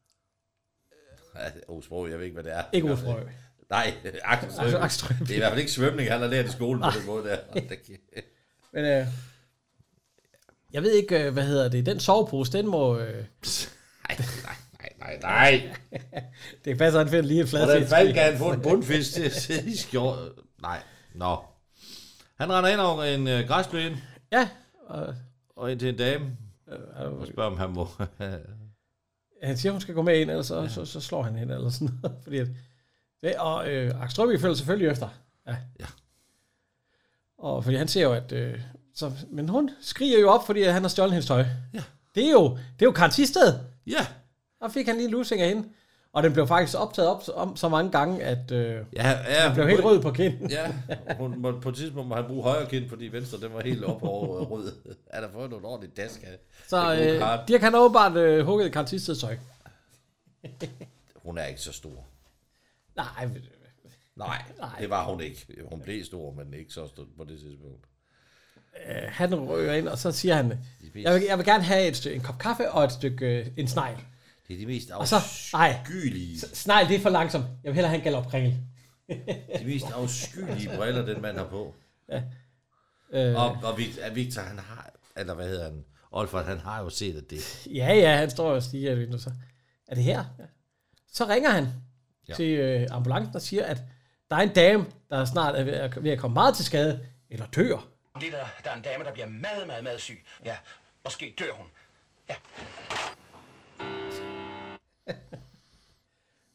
Osprog, jeg ved ikke, hvad det er. Ikke Osprog. Nej, Axel. Det er i hvert fald ikke svømning, han har lært i skolen på den måde der. Men øh, jeg ved ikke, hvad hedder det. Den sovepose, den må... Øh, nej, nej, nej, nej. Det passer, han finder lige en flad. Hvordan fanden kan han få en bundfisk til at sidde i skjort? Nej, nå. Han render ind over en øh, græsplæne. Ja. Og, og ind til en dame. Øh, og spørger, om han må... han siger, hun skal gå med ind, ellers så, ja. så, så slår han hende, eller sådan noget. Fordi at, det, og øh, Axel Strøby følger selvfølgelig efter. Ja. ja. Og fordi han ser jo, at... Øh, så, men hun skriger jo op, fordi han har stjålet hendes tøj. Ja. Det er jo, det er jo Karen Thisted. Ja. Og fik han lige en lusing af hende. Og den blev faktisk optaget op om så mange gange, at øh, ja, ja, han blev helt rød på kinden. Ja, hun, må, på et tidspunkt må han bruge højre kind, fordi venstre, den var helt op over rød. Er der fået noget ordentligt dask af? Så øh, Dirch han åbenbart øh, hugget Karen Thisteds tøj. Hun er ikke så stor. Nej, Nej, Nej, det var hun ikke. Hun blev stor, men ikke så stor på det tidspunkt. Øh, han rører ind, og så siger han, jeg vil, jeg vil gerne have et stykke, en kop kaffe og et stykke øh, en snegl. Det er de mest afskyelige. Snegl, det er for langsomt. Jeg vil hellere have en galopkringel. De mest afskyelige briller, den mand har på. Ja. Øh. Og, og Victor, han har, eller hvad hedder han, Olfert, han har jo set, at det... Ja, ja, han står og stiger, så er det her? Ja. Så ringer han ja. til øh, ambulancen og siger, at der er en dame, der snart er ved at, ved at komme meget til skade, eller dør. Det der, der er en dame, der bliver meget, meget, meget syg. Ja, måske dør hun. Ja.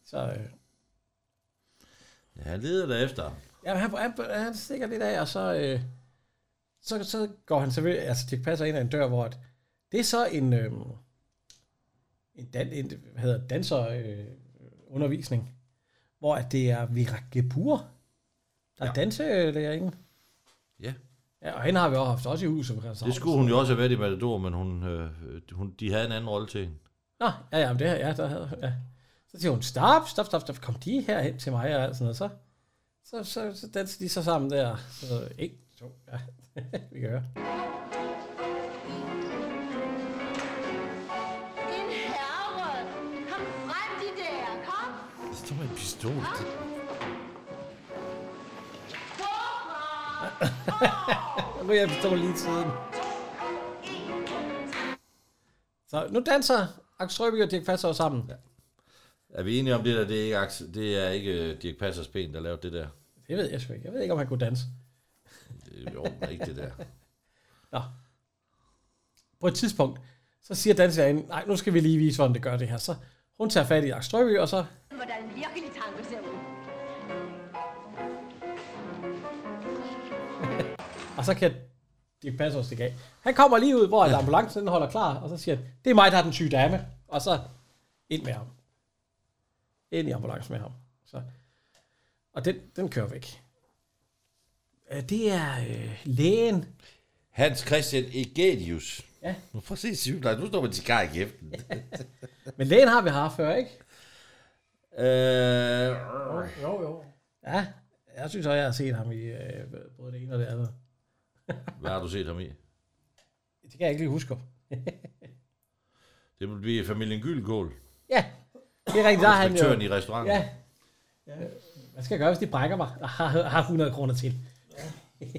Så, øh, ja, han leder derefter. ja, han, han, han stikker lidt af, og så, øh, så, så går han selvfølgelig, altså det passer ind ad en dør, hvor at, det er så en, øh, en, dan, en hvad hedder danserundervisning, øh, undervisning, hvor at det er Vera Gepur, der er ja. danselærerinde. Ja. Ja, og hende har vi også haft også i huset. Det skulle hun jo også have været i Matador, men hun, øh, hun, de havde en anden rolle til hende. Nå, ja, ja, men det her, ja, der havde, ja. Så siger hun, stop, stop, stop, stop, kom de her hen til mig, og alt sådan noget, så, så, så, så danser de så sammen der, så en, to, ja, vi kan høre. En herre, kom frem de der, kom. Der står en pistol. Nu er jeg pistol lige tiden. Så nu danser Axel Strøbye og Dirch Passer sammen. Ja. Er vi enige om det der? Det er ikke, Axel, det er ikke Dirch Passers ben, der lavede det der? Det ved jeg sgu ikke. Jeg ved ikke, om han kunne danse. Det, jo, ikke det der. Nå. På et tidspunkt, så siger danserinde, nej, nu skal vi lige vise, hvordan det gør det her. Så hun tager fat i Axel Strøbye, og så... Hvordan virkelig tanke ser ud. Og så kan Dirch Passer stikke af. Han kommer lige ud, hvor ja. ambulancen den holder klar, og så siger han, det er mig, der er den syge dame. Og så ind med ham. Ind i ambulancen med ham. Så. Og den, den kører væk. Det er øh, lægen. Hans Christian Egedius. Ja. Nu prøv at se sygeplejer. Nu står man cigar i kæften. Men lægen har vi haft før, ikke? Øh... Jo, jo. Ja, jeg synes også, jeg har set ham i øh, både det ene og det andet. Hvad har du set ham i? Det kan jeg ikke lige huske. Det må blive familien Gyldkål. Ja, det er rigtigt. Der er han jo... i restauranten. Ja. Ja. Hvad skal jeg gøre, hvis de brækker mig? Jeg har, har hundrede kroner til. Ja.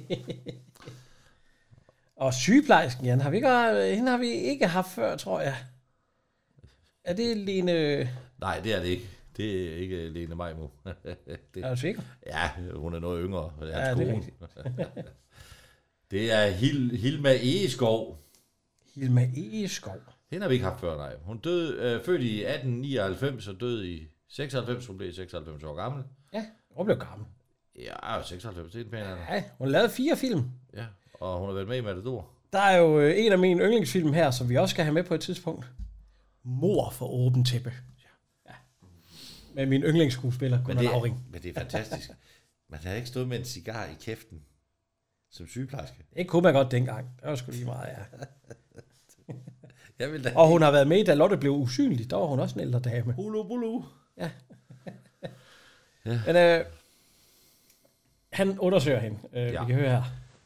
Og sygeplejersken, Jan, har vi ikke, hende har vi ikke haft før, tror jeg. Er det Lene... Nej, det er det ikke. Det er ikke Lene Majmo. Det... Er du sikker? Ja, hun er noget yngre. Det er, ja, det er rigtigt. Det er Hil- Hilma Egeskov. Hilma Egeskov? Hende har vi ikke haft før, nej. Hun døde, øh, født i atten nioghalvfems og døde i seksoghalvfems. Hun blev seksoghalvfems år gammel. Ja, hun blev gammel. Ja, seksoghalvfems, det er en pæn alder. Ja, hun lavede fire film. Ja, og hun har været med i Matador. Der er jo øh, en af mine yndlingsfilm her, som vi også skal have med på et tidspunkt. Mord for åben tæppe. Ja. Med min yndlingsskuespiller, Gunnar Lauring. Men det er fantastisk. Man har ikke stået med en cigar i kæften som sygeplejerske. Det kunne man godt dengang. Det var sgu lige meget, ja. Jeg vil da... Og hun har været med, da Lotte blev usynlig. Der var hun også en ældre dame. Hulu bulu. Ja. Ja. Men øh, han undersøger hende. Øh, ja. Vi kan høre her.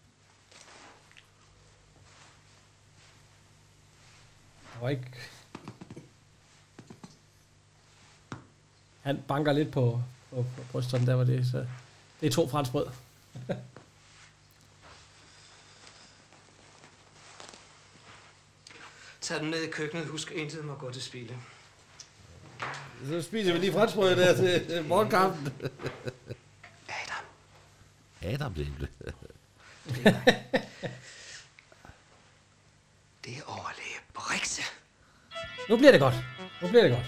Der var ikke... Han banker lidt på, på, på brysterne, der var det. Så det er to franskbrød. Tag den ned i køkkenet. Husk, intet må gå til spilde. Så spiser vi lige franskbrød der til morgenkampen. Adam. Adam, det er Det er overlæge Brikse. Nu bliver det godt. Nu bliver det godt.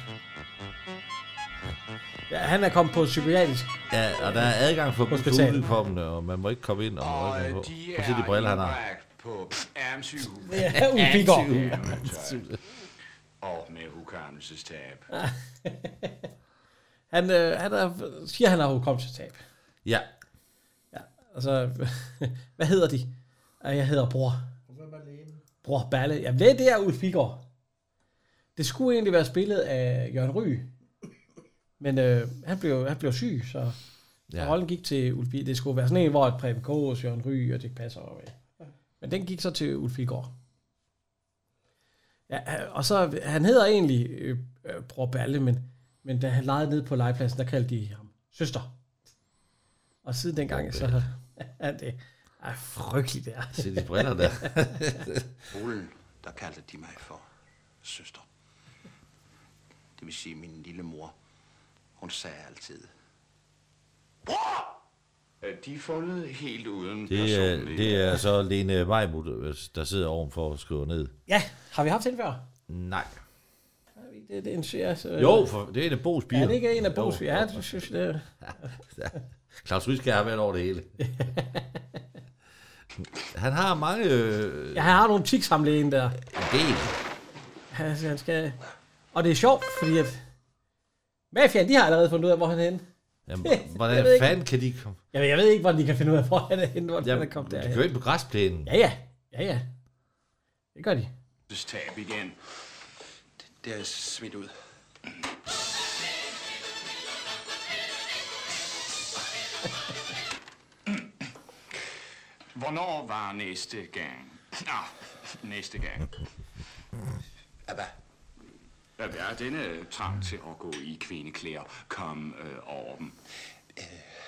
Ja, han er kommet på psykiatrisk. Ja, og der er adgang for udenkommende, og man må ikke komme ind og må ikke på. Prøv at se de briller, han har. På Ærmsygehus. Ja, udbygger. Og med hukommelsestab. han øh, han er, siger, han har hukommelsestab. Ja. Ja, altså, hvad hedder de? Jeg hedder Bror. Bror Balle. Jamen, det, det er Ulf Pilgaard. Det skulle egentlig være spillet af Jørgen Ryg. Men øh, han, blev, han blev syg, så ja. rollen gik til Ulf Pilgaard. Det skulle være sådan en, hvor et Preben Kaas, Jørgen Ryg og det passer over. Men den gik så til Ulf Pilgaard. Ja, og så, han hedder egentlig øh, øh, Bror Balle, men, men da han legede ned på legepladsen, der kaldte de ham søster. Og siden dengang, så er det er frygteligt der. Se de briller der. Skolen, der kaldte de mig for søster. Det vil sige, min lille mor, hun sagde altid, bror! De er fundet helt uden det er, det er så Lene Majmut, der sidder ovenfor og skriver ned. Ja, har vi haft hende før? Nej. det, det er en serie. Så, Jo, for det er en af Bo's piger. Ja, det er ikke en af Bo's piger. Ja, Jo, det synes jeg, det ja. Claus Ryske har været over det hele. Han har mange... Øh... Ja, han har nogle tiksamlægen der. En del. Altså, han skal... Og det er sjovt, fordi at... Mafiaen, de har allerede fundet ud af, hvor han er henne. Jamen, hvordan fanden kan de komme? Jeg ved, jeg ved ikke, hvordan de kan finde ud af, hvor han er henne, hvor Jamen, han er kommet derhen. de kører ind på græsplænen. Ja, ja. Ja, ja. Det gør de. Tab igen. Det, det er smidt ud. Hvornår var næste gang? Ah, næste gang. Hvad? Hvad er denne trang til at gå i kvindeklæder? Kom øh, over dem. Øh,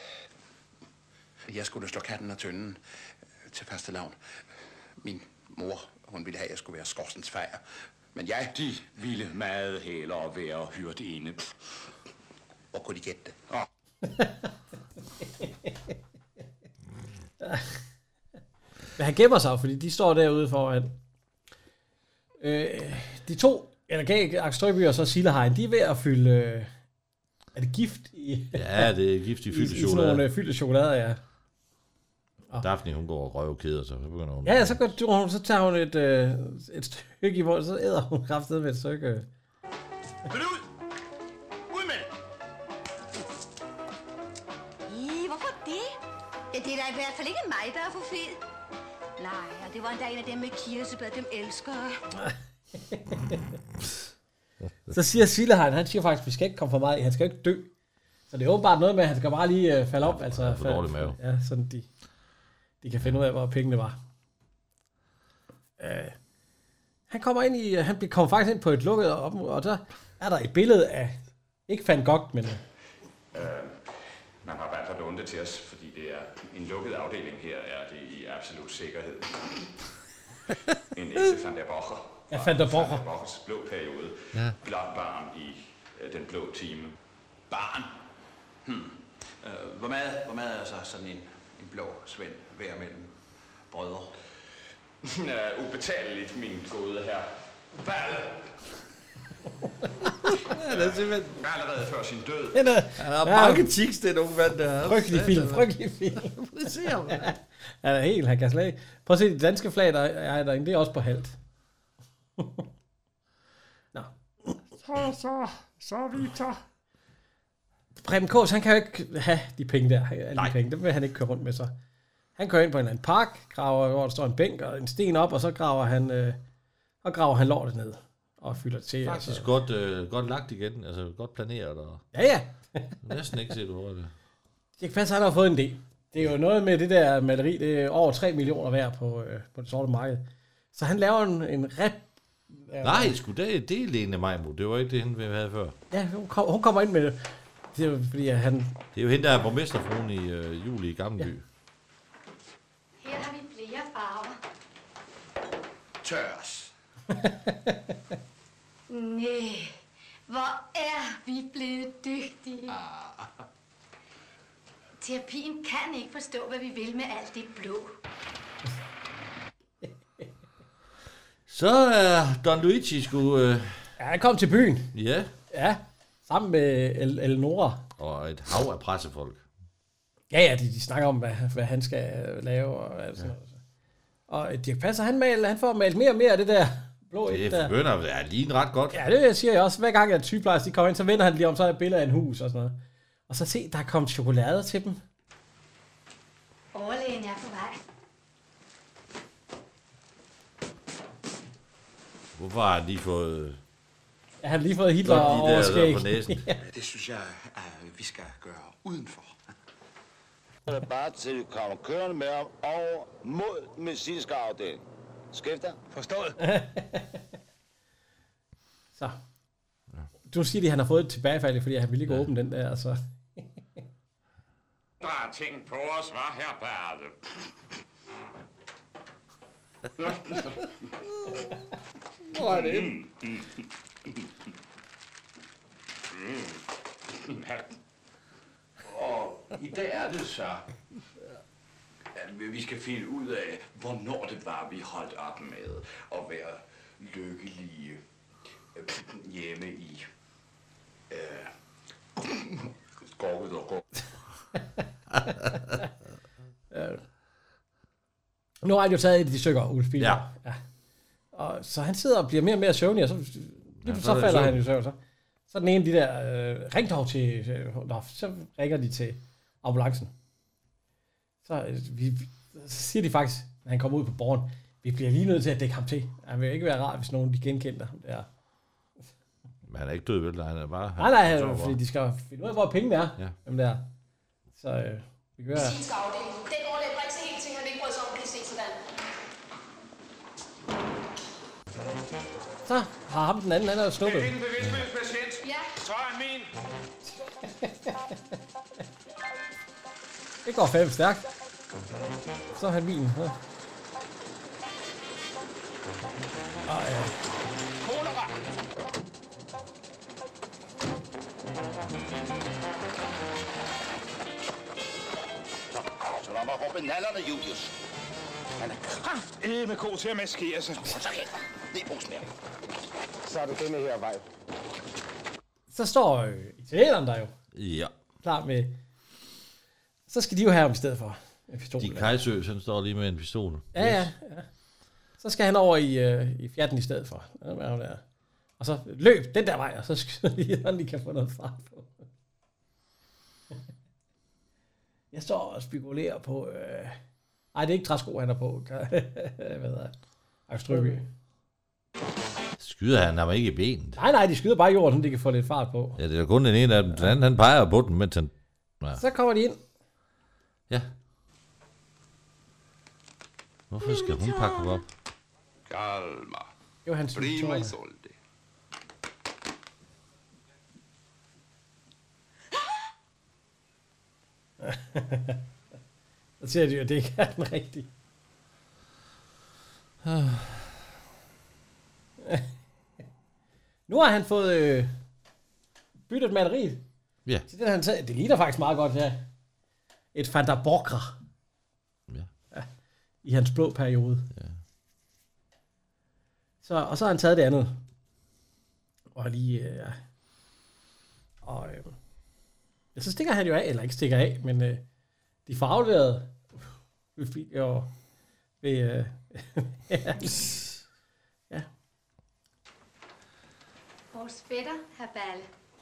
jeg skulle stå katten og tønden øh, til fastelavn. Min mor, hun ville have, at jeg skulle være skorstensfejer. Men jeg... De ville meget hellere være hyrdinde. Hvor kunne de gætte det? Oh. Men han gemmer sig, fordi de står derude foran. Øh, de to, eller Axel Strøby og så Sildehajen, de er ved at fylde... Øh, er det gift i... Ja, det er gift i fyldte i, i sådan chokolade. nogle fyldte chokolader, ja. Oh. Daphne, hun går og røvkeder, så begynder hun... Ja, ja, så, går, hun, så tager hun et, øh, et stykke i munden, så æder hun kraftedet med et stykke. Vil ud! Ud med det! Ih, hvorfor det? Ja, det er da i hvert fald ikke mig, der er for fed. Nej, og det var endda en af dem med kirsebær, dem elsker jeg. Så siger Sildehajen, han siger faktisk, at vi skal ikke komme for meget i, han skal ikke dø. Så det er åbenbart noget med, at han skal bare lige øh, falde op. Altså, ja, for dårlig mave. Ja, sådan de, de kan finde ud af, hvor pengene var. Øh, han kommer ind i, han kommer faktisk ind på et lukket område, og der er der et billede af, ikke Van Gogh, men... Øh, man har valgt at låne det til os, fordi det er en lukket afdeling her, er det i absolut sikkerhed. En ægte Van der Bocher. Ja, Van der Bocher. Van der Bochers blå periode. Ja. Blot barn i øh, den blå time. Barn? Hmm. Øh, hvor, meget, hvor meget er så sådan en, en blå svend hver mellem brødre? Ja, ubetaleligt, min gode herre. Balle! Ja, det er simpelthen... Allerede før sin død. Han er, han har mange tics, den unge mand der. Frygtelig film, frygtelig film. Det ser man. Han er helt, han kan slet ikke. Prøv at se, det danske flag, der er derinde, det er også på halvt. Nå. Så, så, så Victor. Preben Kaas, han kan jo ikke have de penge der. Alle de penge, det vil han ikke køre rundt med sig. Han kører ind på en eller anden park, graver, hvor der står en bænk og en sten op, og så graver han, øh, og graver han lortet ned. Og fylder det til. Faktisk altså. godt, øh, godt lagt igen, altså godt planeret. Og... Ja, ja. Næsten ikke set over det. Det kan passe, at han har fået en del. Det er jo noget med det der maleri, det er over tre millioner værd på, øh, på det sorte marked. Så han laver en, en rep. Øh, Nej, sgu det, det er Lene Majmo. Det var ikke det, hende vi havde før. Ja, hun, kom, hun kommer ind med det. Det er jo fordi, at han... Det er jo hende, der er borgmesterfruen i øh, juli i Gammelby. Ja. Her har vi flere farver. Tørs. Næh, hvor er vi blevet dygtige. Ah. Terapien kan ikke forstå, hvad vi vil med alt det blå. Så er Don Luigi sgu... Øh... Ja, han kom til byen. Ja. Ja, sammen med El Elnora. Og et hav af pressefolk. Ja, ja, de, de snakker om, hvad, hvad han skal lave og alt sådan noget. Og Dirch Passer, han, maler, han får malet mere og mere af det der blå Det et der. begynder at være lige ret godt. Ja, det siger jeg også. Hver gang, at sygeplejersker de kommer ind, så vender han lige om, så er der et billede af en hus og sådan noget. Og så se, der er kommet chokolade til dem. Overlægen er på vej. Hvorfor har han lige fået... Ja, han har lige fået Hitler over skæg. på næsen. Ja. Det synes jeg, at vi skal gøre udenfor. Så er det bare til at komme kørende med ham over mod medicinsk afdeling. Skift dig. Forstået. Så. Du siger, at han har fået et tilbagefald, fordi han ville ikke ja. åbne den der, altså. Der er ting på os, var her Berle. Hvor er det? Mm, mm, mm. Og i dag er det så, at vi skal finde ud af, hvornår det var, vi holdt op med at være lykkelige. hjemme i øh, Gorket og Gorket. øh. Nu har han jo taget et af de stykker, Ulf Pilgaard. Ja. ja. Og så han sidder og bliver mere og mere søvnig, og så, lige Ja, så, så er så det falder søvn. han i søvn. Så. så er den ene af de der, øh, ring dog til, øh, nå, så ringer de til ambulancen. Så, øh, vi, så siger de faktisk, når han kommer ud på borgen, vi bliver lige nødt til at dække ham til. Han vil ikke være rart, hvis nogen de genkendte ham der. Men han er ikke død, vel? Han er bare... Nej, nej, han han, sover fordi bare. de skal finde ud af, hvor pengene er. Ja. Dem der. Så øh, vi kan høre. Medicinsk afdeling. Den overlæge Brix helt ting, han ikke brød sig om, kan se sådan. Så har ham den anden, han er snuppet. Det er en bevidstløs patient. Ja. Så er min. Det går fandme stærkt. Så er han min. Ja. Og, ja. Kolera. Så lad mig råbe nallerne, Julius. Han er kraftedeme god til at maskere sig. Så hen. Det er brugsmær. Så er det denne her vej. Så står øh, italieneren der jo. Ja. Klar med... Så skal de jo have ham i stedet for en pistol. De Kajsø, han står lige med en pistol. Ja, ja, ja. Så skal han over i, øh, i fjerten i stedet for. Ja, hvad er hun der? Og så løb den der vej, og så skal de, han lige kan få noget fart på. Jeg står og spekulerer på... Øh... Ej, det er ikke træsko, han er på. Hvad hedder det? Akstrøby. Skyder han ham ikke i benet? Nej, nej, de skyder bare i jorden, så de kan få lidt fart på. Ja, det er kun den ene af dem. Den anden, han peger på den, mens han... Ja. Så kommer de ind. Ja. Hvorfor skal hun pakke op? Calma. Det var hans Prima i tårne. soldi. Så siger de jo, at det ikke er den rigtige. Nu har han fået øh, byttet maleriet. Ja. Så det, han taget, det ligner faktisk meget godt her. Et Van der Borgre. Ja. Ja. I hans blå periode. Ja. Så, og så har han taget det andet. Og lige... Øh, ja. Og øh, ja, så stikker han jo af, eller ikke stikker af, men øh, de får afleveret vi fik jo ved... Øh, ja. Vores fætter, herr Balle.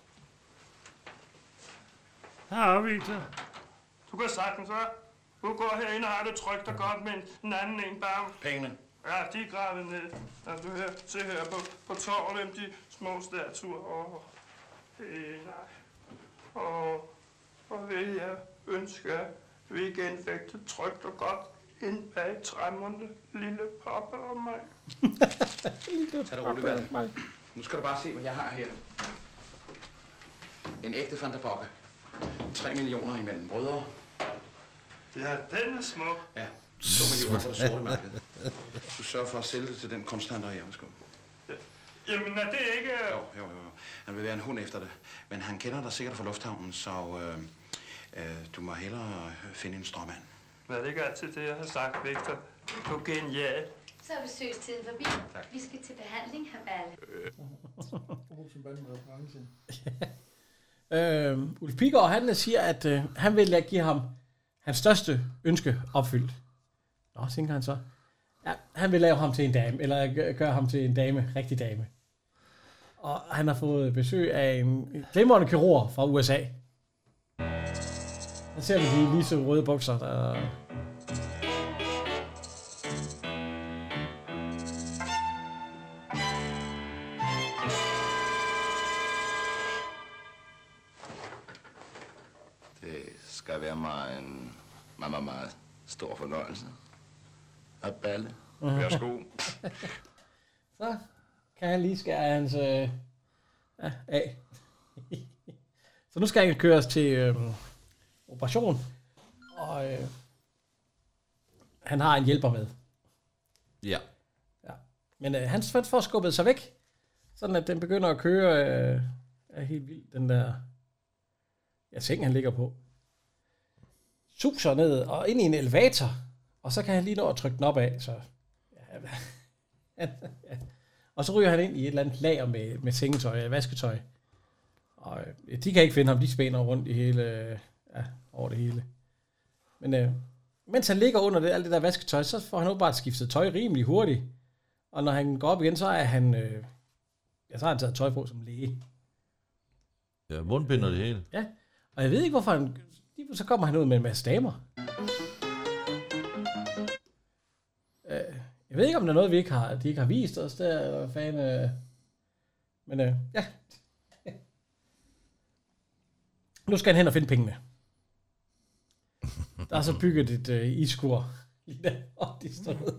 Her, Victor. Du kan sagtens, hva'? Du går herinde og har det trygt og godt, men den anden en bare... Pengene. Ja, de er gravet ned. Ja, du her, se her på, på torvet, dem de små statuer. Og, øh, nej. Og, og vil jeg ønske, at vi genfik det trygt og godt ind bag træmmerne, lille papa og mig. Tag det roligt, Val. Nu skal du bare se, hvad jeg har her. En ægte Van der Bokke. Tre millioner imellem brødre. Ja, den er smuk. Ja, to millioner på det sorte marked. Du sørger for at sælge det til den kunsthandler i Jammerskov. Jamen, er det ikke... Jo, jo, jo. Han vil være en hund efter det. Men han kender dig sikkert fra lufthavnen, så øh, øh, du må hellere finde en strømmand. Men er det ikke altid det, jeg har sagt, Victor? Du er genial. Så er besøgstiden forbi. Tak. Vi skal til behandling, herr Balle. øh, Ulf Pilgaard, han siger, at øh, han vil give ham hans største ønske opfyldt. Nå, tænker han så. Ja, han vil lave ham til en dame, eller gø- gøre ham til en dame, rigtig dame. Og han har fået besøg af en glimrende kirurg fra U S A. Der ser vi de lige så røde bukser, der... Det skal være mig en meget, meget, meget stor fornøjelse. At balle. Værsgo. Så kan han lige skære hans øh, ja, af. Så nu skal han køres til øh, operation. Og øh, han har en hjælper med. Ja. Ja. Men øh, han får skubbet sig væk. Sådan at den begynder at køre øh, er helt vildt, den der ja, seng, han ligger på. Suser ned og ind i en elevator. Og så kan han lige nå at trykke den op af. Så, ja, ja. Og så ryger han ind i et eller andet lager med, med sengetøj og vasketøj. Og øh, de kan ikke finde ham, de spænder rundt i hele, øh, ja, over det hele. Men øh, mens han ligger under det, alt det der vasketøj, så får han jo bare skiftet tøj rimelig hurtigt. Og når han går op igen, så er han, øh, ja, så har han taget tøj på som læge. Ja, mundbind og det hele. Ja, og jeg ved ikke, hvorfor han, så kommer han ud med en masse damer. Øh, jeg ved ikke, om der er noget, vi ikke har, de ikke har vist os der, eller hvad fanden, øh. Men øh, ja. Nu skal han hen og finde pengene. Der er så bygget et øh, iskur lige der, og de står ned.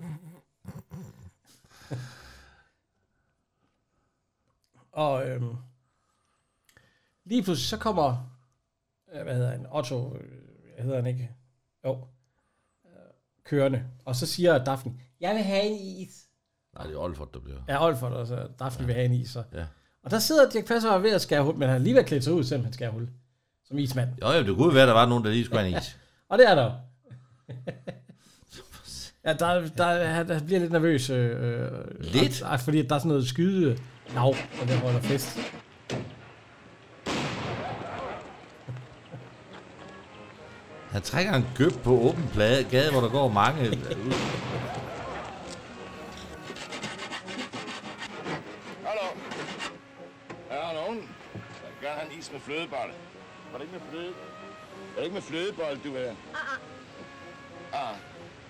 Og øhm, lige pludselig så kommer, øh, hvad hedder han, Otto, øh, hvad hedder han ikke? Jo, øh, kørende. Og så siger Daphne, jeg vil have en is. Nej, det er Olfert, der bliver. Ja, Olfert, og så Daphne ja. vil have en is. Så. Ja. Og der sidder Dirch Passer og er ved at skære hul, men han har alligevel klædt sig ud, selvom han skærer hul. Som ismand. Jo, jo, det kunne være, der var nogen, der lige skulle have en is. Og det er der. Ja, der, der, han, han bliver lidt nervøs. Øh, lidt? Og, fordi der er sådan noget skyde lav, og der holder fest. Han trækker en gøb på åben plade, gade, hvor der går mange ud. Hallo? Er der nogen? Jeg vil gerne have en is med flødebolle. Var det ikke med fløde? Er det ikke med flødebolle, du vil have? Ah. Ah.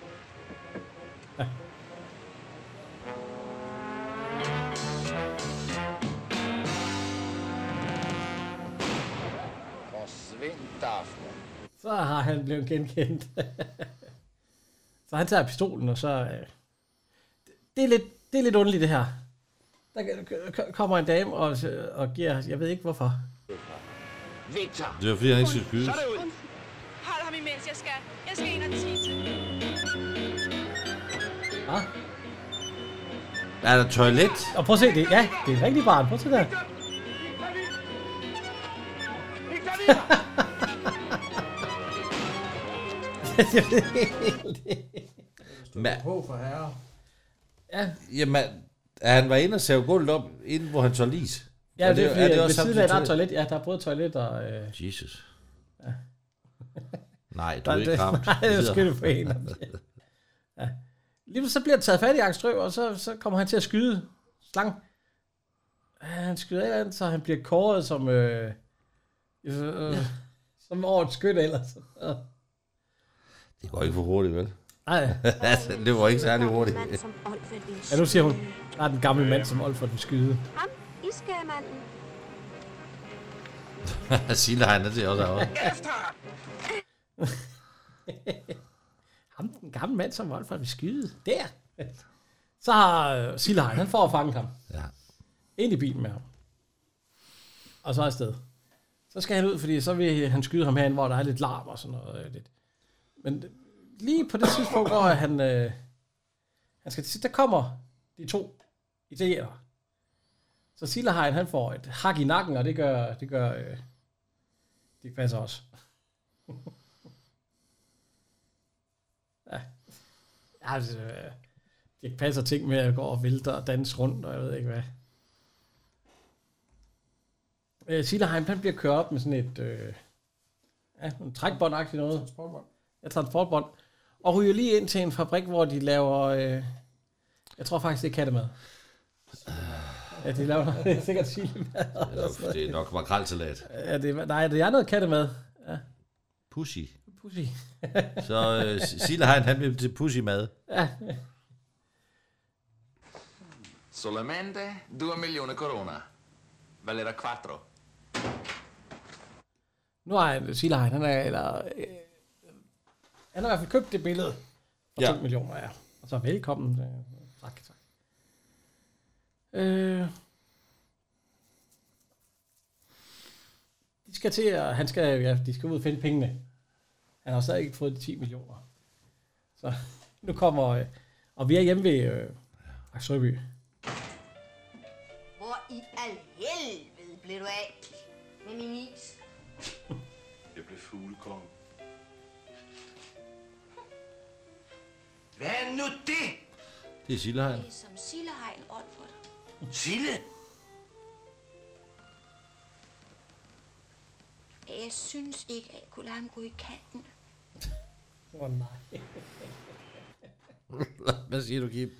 Forsvind, Daphne. Så har han blevet genkendt. Så han tager pistolen, og så... Øh, det, er lidt, det er lidt underligt, det her. Der kommer en dame og, og giver... Jeg ved ikke, hvorfor. Victor! Det er fordi, han ikke skal skydes. Så er det ud. Hold ham imens, jeg skal. Jeg skal ind og tisse. Ah. Er der toilet? Og prøv at se det. Ja, det er et rigtigt barn. Prøv at se der. Men, på for herre. Ja. Jamen, han var inde og save gulvet op, inden hvor han tog is. Ja, det er, fordi, er det ved også siden af, der er toilet. Ja, der er både toilet og... Øh... Jesus. Ja. Nej, du er ikke ramt. Nej, det er skyld for en. Ja. Lige så bliver det taget fat i Angstrø, og så, så kommer han til at skyde slang. Ja, han skyder af, så han bliver kåret som... Øh, øh, ja. Som årets skytte ellers. Ja. Det går ikke for hurtigt, vel? Nej. Altså, det var ikke særlig hurtigt. Ja, nu siger hun, der er den gamle mand, som Olfert vil skyde. Ham, iskærmanden. Sille har han det også herovre. Ham, den gamle mand, som Olfert vil skyde. Der. Så har uh, Sille han får fanget ham. Ja. Ind i bilen med ham. Og så afsted. Så skal han ud, fordi så vil han skyde ham herinde, hvor der er lidt larm og sådan noget. Lidt. Men lige på det tidspunkt, hvor han, øh, han skal til, der kommer de to italienere. Så Sillerheim, han får et hak i nakken, og det gør, det gør, øh, det passer også. Ja. Altså, øh, det passer ting med at gå og vælte og danse rundt, og jeg ved ikke hvad. Øh, Sillerheim, han bliver kørt op med sådan et, øh, ja, en trækbånd-agtigt noget. Transportbånd. Ja, transportbånd. Og ryger lige ind til en fabrik, hvor de laver, øh, jeg tror faktisk, det er kattemad. Ja, de laver noget, det er sikkert sillemad. Det er nok makrelsalat. Ja, det er, nej, det er noget kattemad. Ja. Pussy. Pussy. Så øh, Sillerheim, han bliver til pussy-mad. Ja. Solamente due milioni corona. Valera quattro. Nu er han, Sillerheim, han er, eller, øh, han har i hvert fald købt det billede for ja. to millioner, ja. Og så velkommen. Øh, tak, tak. Øh, de skal til at, han skal, ja, de skal ud og finde pengene. Han har stadig ikke fået de ti millioner. Så nu kommer, øh, og vi er hjemme ved øh, Aksrøby. Hvor i al helvede blev du af med min is? Jeg blev fuglekong. Hvad er nu det? Det er Sillerheim. Det er som Sillerheim, Olfert. Sille! Jeg synes ikke, at jeg kunne lade ham gå i kanten. Åh oh, nej. Hvad siger du, Kim?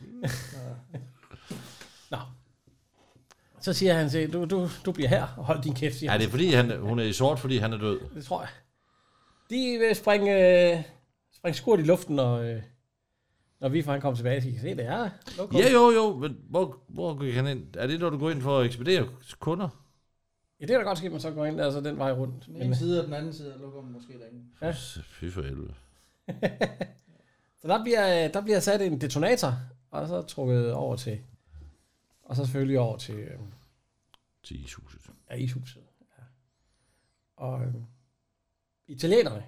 Nå. Så siger han til, du, du, du bliver her og hold din kæft. Er det fordi, han, hun er i sort, fordi han er død? Det tror jeg. De vil springe, øh, springe skurt i luften, når, øh, når vi får han kommer tilbage. Så I kan se, det er lokum. Ja, jo, jo. Men hvor, hvor gik han ind? Er det, når du går ind for at ekspedere kunder? Ja, det er da godt ske, at man så går ind, altså den vej rundt. Den ene side og den anden side af lokummet måske derinde. Ja. Fy for helvede. Så der bliver, der bliver sat en detonator, og så trukket over til, og så selvfølgelig over til, øh, til ishuset. Ja, ishuset. Ja. Og øh, italienerne,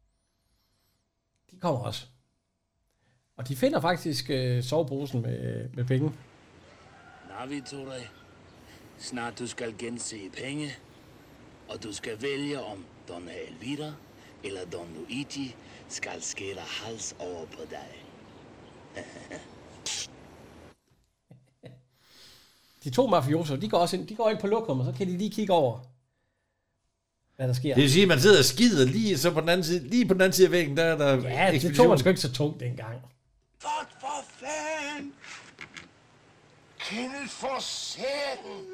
de kommer også. Og de finder faktisk øh, soveposen med, med penge. Nå, Vittore. Snart du skal gense penge, og du skal vælge om Donna Elvira eller Don Luigi skal skære hals over på dig. De to mafioser, de går også ind, de går ind på lokum, og så kan de lige kigge over, hvad der sker. Det vil sige, at man sidder og skider lige, så på den anden side, lige på den anden side af væggen, der er der ja, det tog man sgu ikke så tungt dengang. What for fan? Kenneth for satan!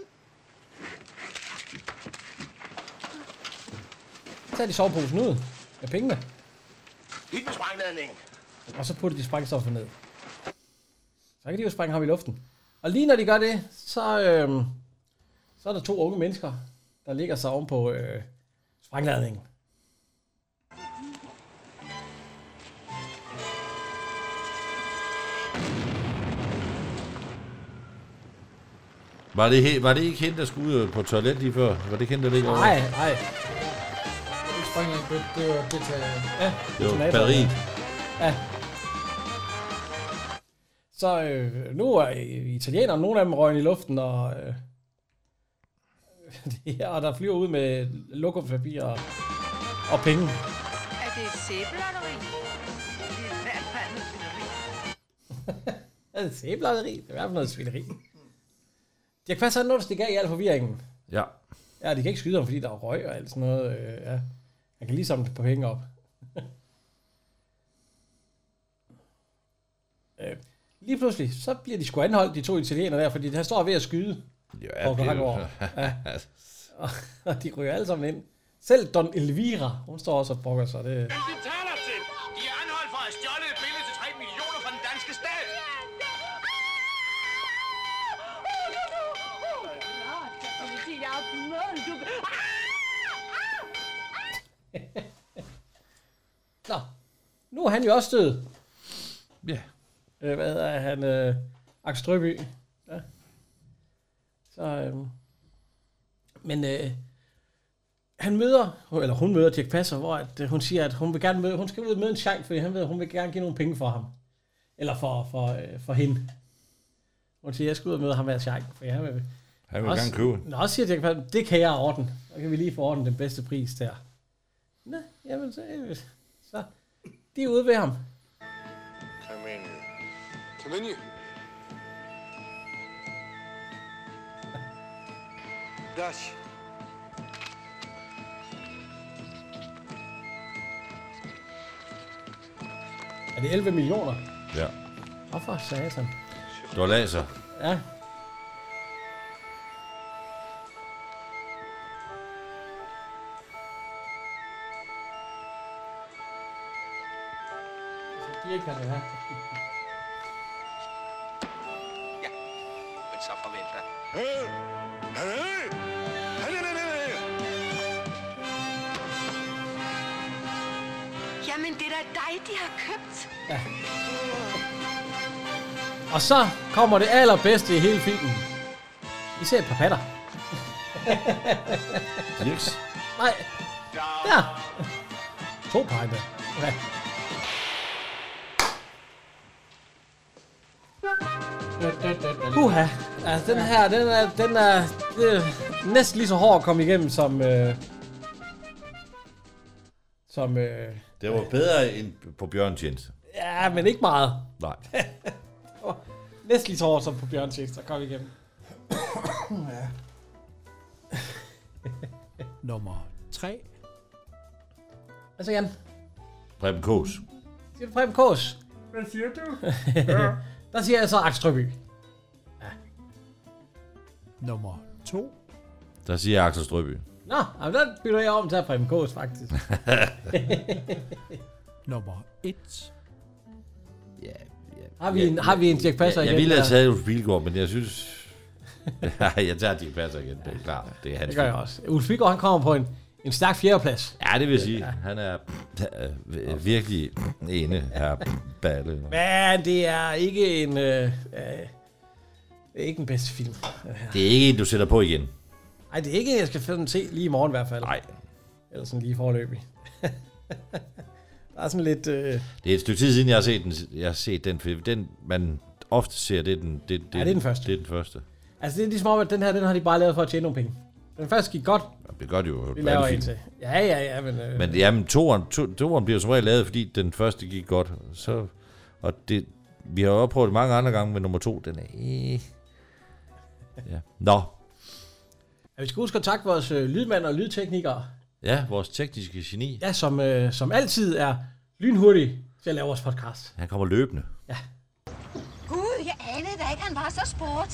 Så tager de soveposen ud med pengene, Lidt med sprængladning. og så putter de sprængstoffer ned. Så kan de jo sprænge ham i luften. Og lige når de gør det, så, øh, så er der to unge mennesker, der ligger sig oven på øh, sprængladningen. Var det, he, var det ikke hende, der skulle ud på toilet lige før? Var det ikke hende, der ligger over? Nej, nej. Det springer ikke det, det var det til... Ja, det var batteriet. Ja. Så øh, nu er italienerne, nogle af dem røgen i luften, og, øh, ja, og der flyver ud med lokumspapir og, og penge. Er det et sæbelotteri? Det er i hvert fald noget svineri. Er det et sæbelotteri? Det er i hvert fald noget svineri. De har kvast sådan noget, der stikker af i al forvirringen. Ja. Ja, de kan ikke skyde ham, fordi der er røg og alt sådan noget. Øh, ja. Han kan lige samle på penge op. øh, lige pludselig, så bliver de sgu anholdt, de to italienere der, fordi han står ved at skyde. Ja, og, det over. Ja. og, og de ryger alle sammen ind. Selv Don Elvira, hun står også og brokker sig. Det... Hvem de taler til? De er anholdt for at stjåle et billede til tre millioner fra den danske stat. Nå, nu er han jo også død. Ja. Øh, hvad hedder han? Øh, Axel Strøby. Ja. Så, øh, men øh, han møder, eller hun møder Dirch Passer, hvor at, øh, hun siger, at hun vil gerne møde, hun skal ud og møde en chance, fordi han ved, hun vil gerne give nogle penge for ham. Eller for, for, øh, for hende. Hun siger, jeg skal ud og møde ham hver chance, for han vil, han vil også, gerne købe. Nå, også siger Dirch Passer, det kan jeg ordne. Så kan vi lige få ordnet den bedste pris der. Nå, jamen så, øh, så de er ude ved ham. Come in. Come in, you. Dash. Er det elleve millioner? Ja. Hvorfor satan? Du har laser. Ja. Så Dirch kan det have. Ja, men så forventer. Hey! Hey! Hey, hey, hey, hey! Jamen, det er da dig, de har købt. Ja. Og så kommer det allerbedste i hele filmen. I ser et par patter. Dirch. Nej. Der. To patter. Ja. Uha. Altså, den her, den er, den er, det er næsten lige så hård at komme igennem som... Øh, som... Øh, Det var bedre end på Bjørntjeneste. ja, men ikke meget. Nej. Næsten lige så hårdt som på Bjørntjeneste, der kom igennem. ja. Nummer tre. Hvad så, Jan? Preben Kås. Siger du Preben Kås? Hvad siger du? Ja. Der siger jeg så Axel Strøby. Ja. Nummer to. Der siger jeg Axel Strøby. Nå, altså, der bytter jeg om til Preben Kås, faktisk. Nummer et. Ja, ja. Har vi en, har vi en Dirch Passer jeg, igen? Jeg ville have der? taget Ulf Pilgaard, men jeg synes... Nej, jeg tager Dirch Passer igen, det er klart. Det er hans Det gør jeg også. Ulf Pilgaard, han kommer på en, en stærk fjerdeplads. Ja, det vil sige. Ja. Han er øh, virkelig ene her balle. Men det er ikke en... Øh, øh, det er ikke den bedste film. Det er ikke en, du sætter på igen. Nej, det er ikke en, jeg skal finde se lige i morgen i hvert fald. Nej. Eller sådan lige forløbig. Der er sådan lidt... Øh... Det er et stykke tid siden, jeg har set den, jeg har set den film. Den, man ofte ser, det er den, det, det, ja, det er den første. Det er den første. Altså, det er ligesom om, at den her, den har de bare lavet for at tjene nogle penge. Den første gik godt. Ja, det gør det jo. Vi laver en til. Ja, ja, ja, men... Øh... Men jamen, toeren, to, toeren bliver som regel lavet, fordi den første gik godt. Så, og det, vi har jo prøvet det mange andre gange, men nummer to, den er... Øh... Ja. Nå. Ja, vi skal huske at takke vores øh, lydmand og lydteknikere. Ja, vores tekniske geni. Ja, som, øh, som altid er lynhurtig til at lave vores podcast. Han kommer løbende. Ja. Gud, jeg anede da ikke, han var så sporty.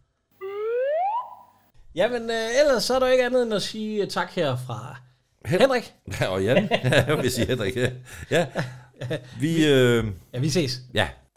Jamen, øh, ellers så er der ikke andet end at sige tak her fra Henrik. Ja, og Jan. Jeg vil sige Henrik. Ja. ja. Vi, øh... ja, vi ses. Ja,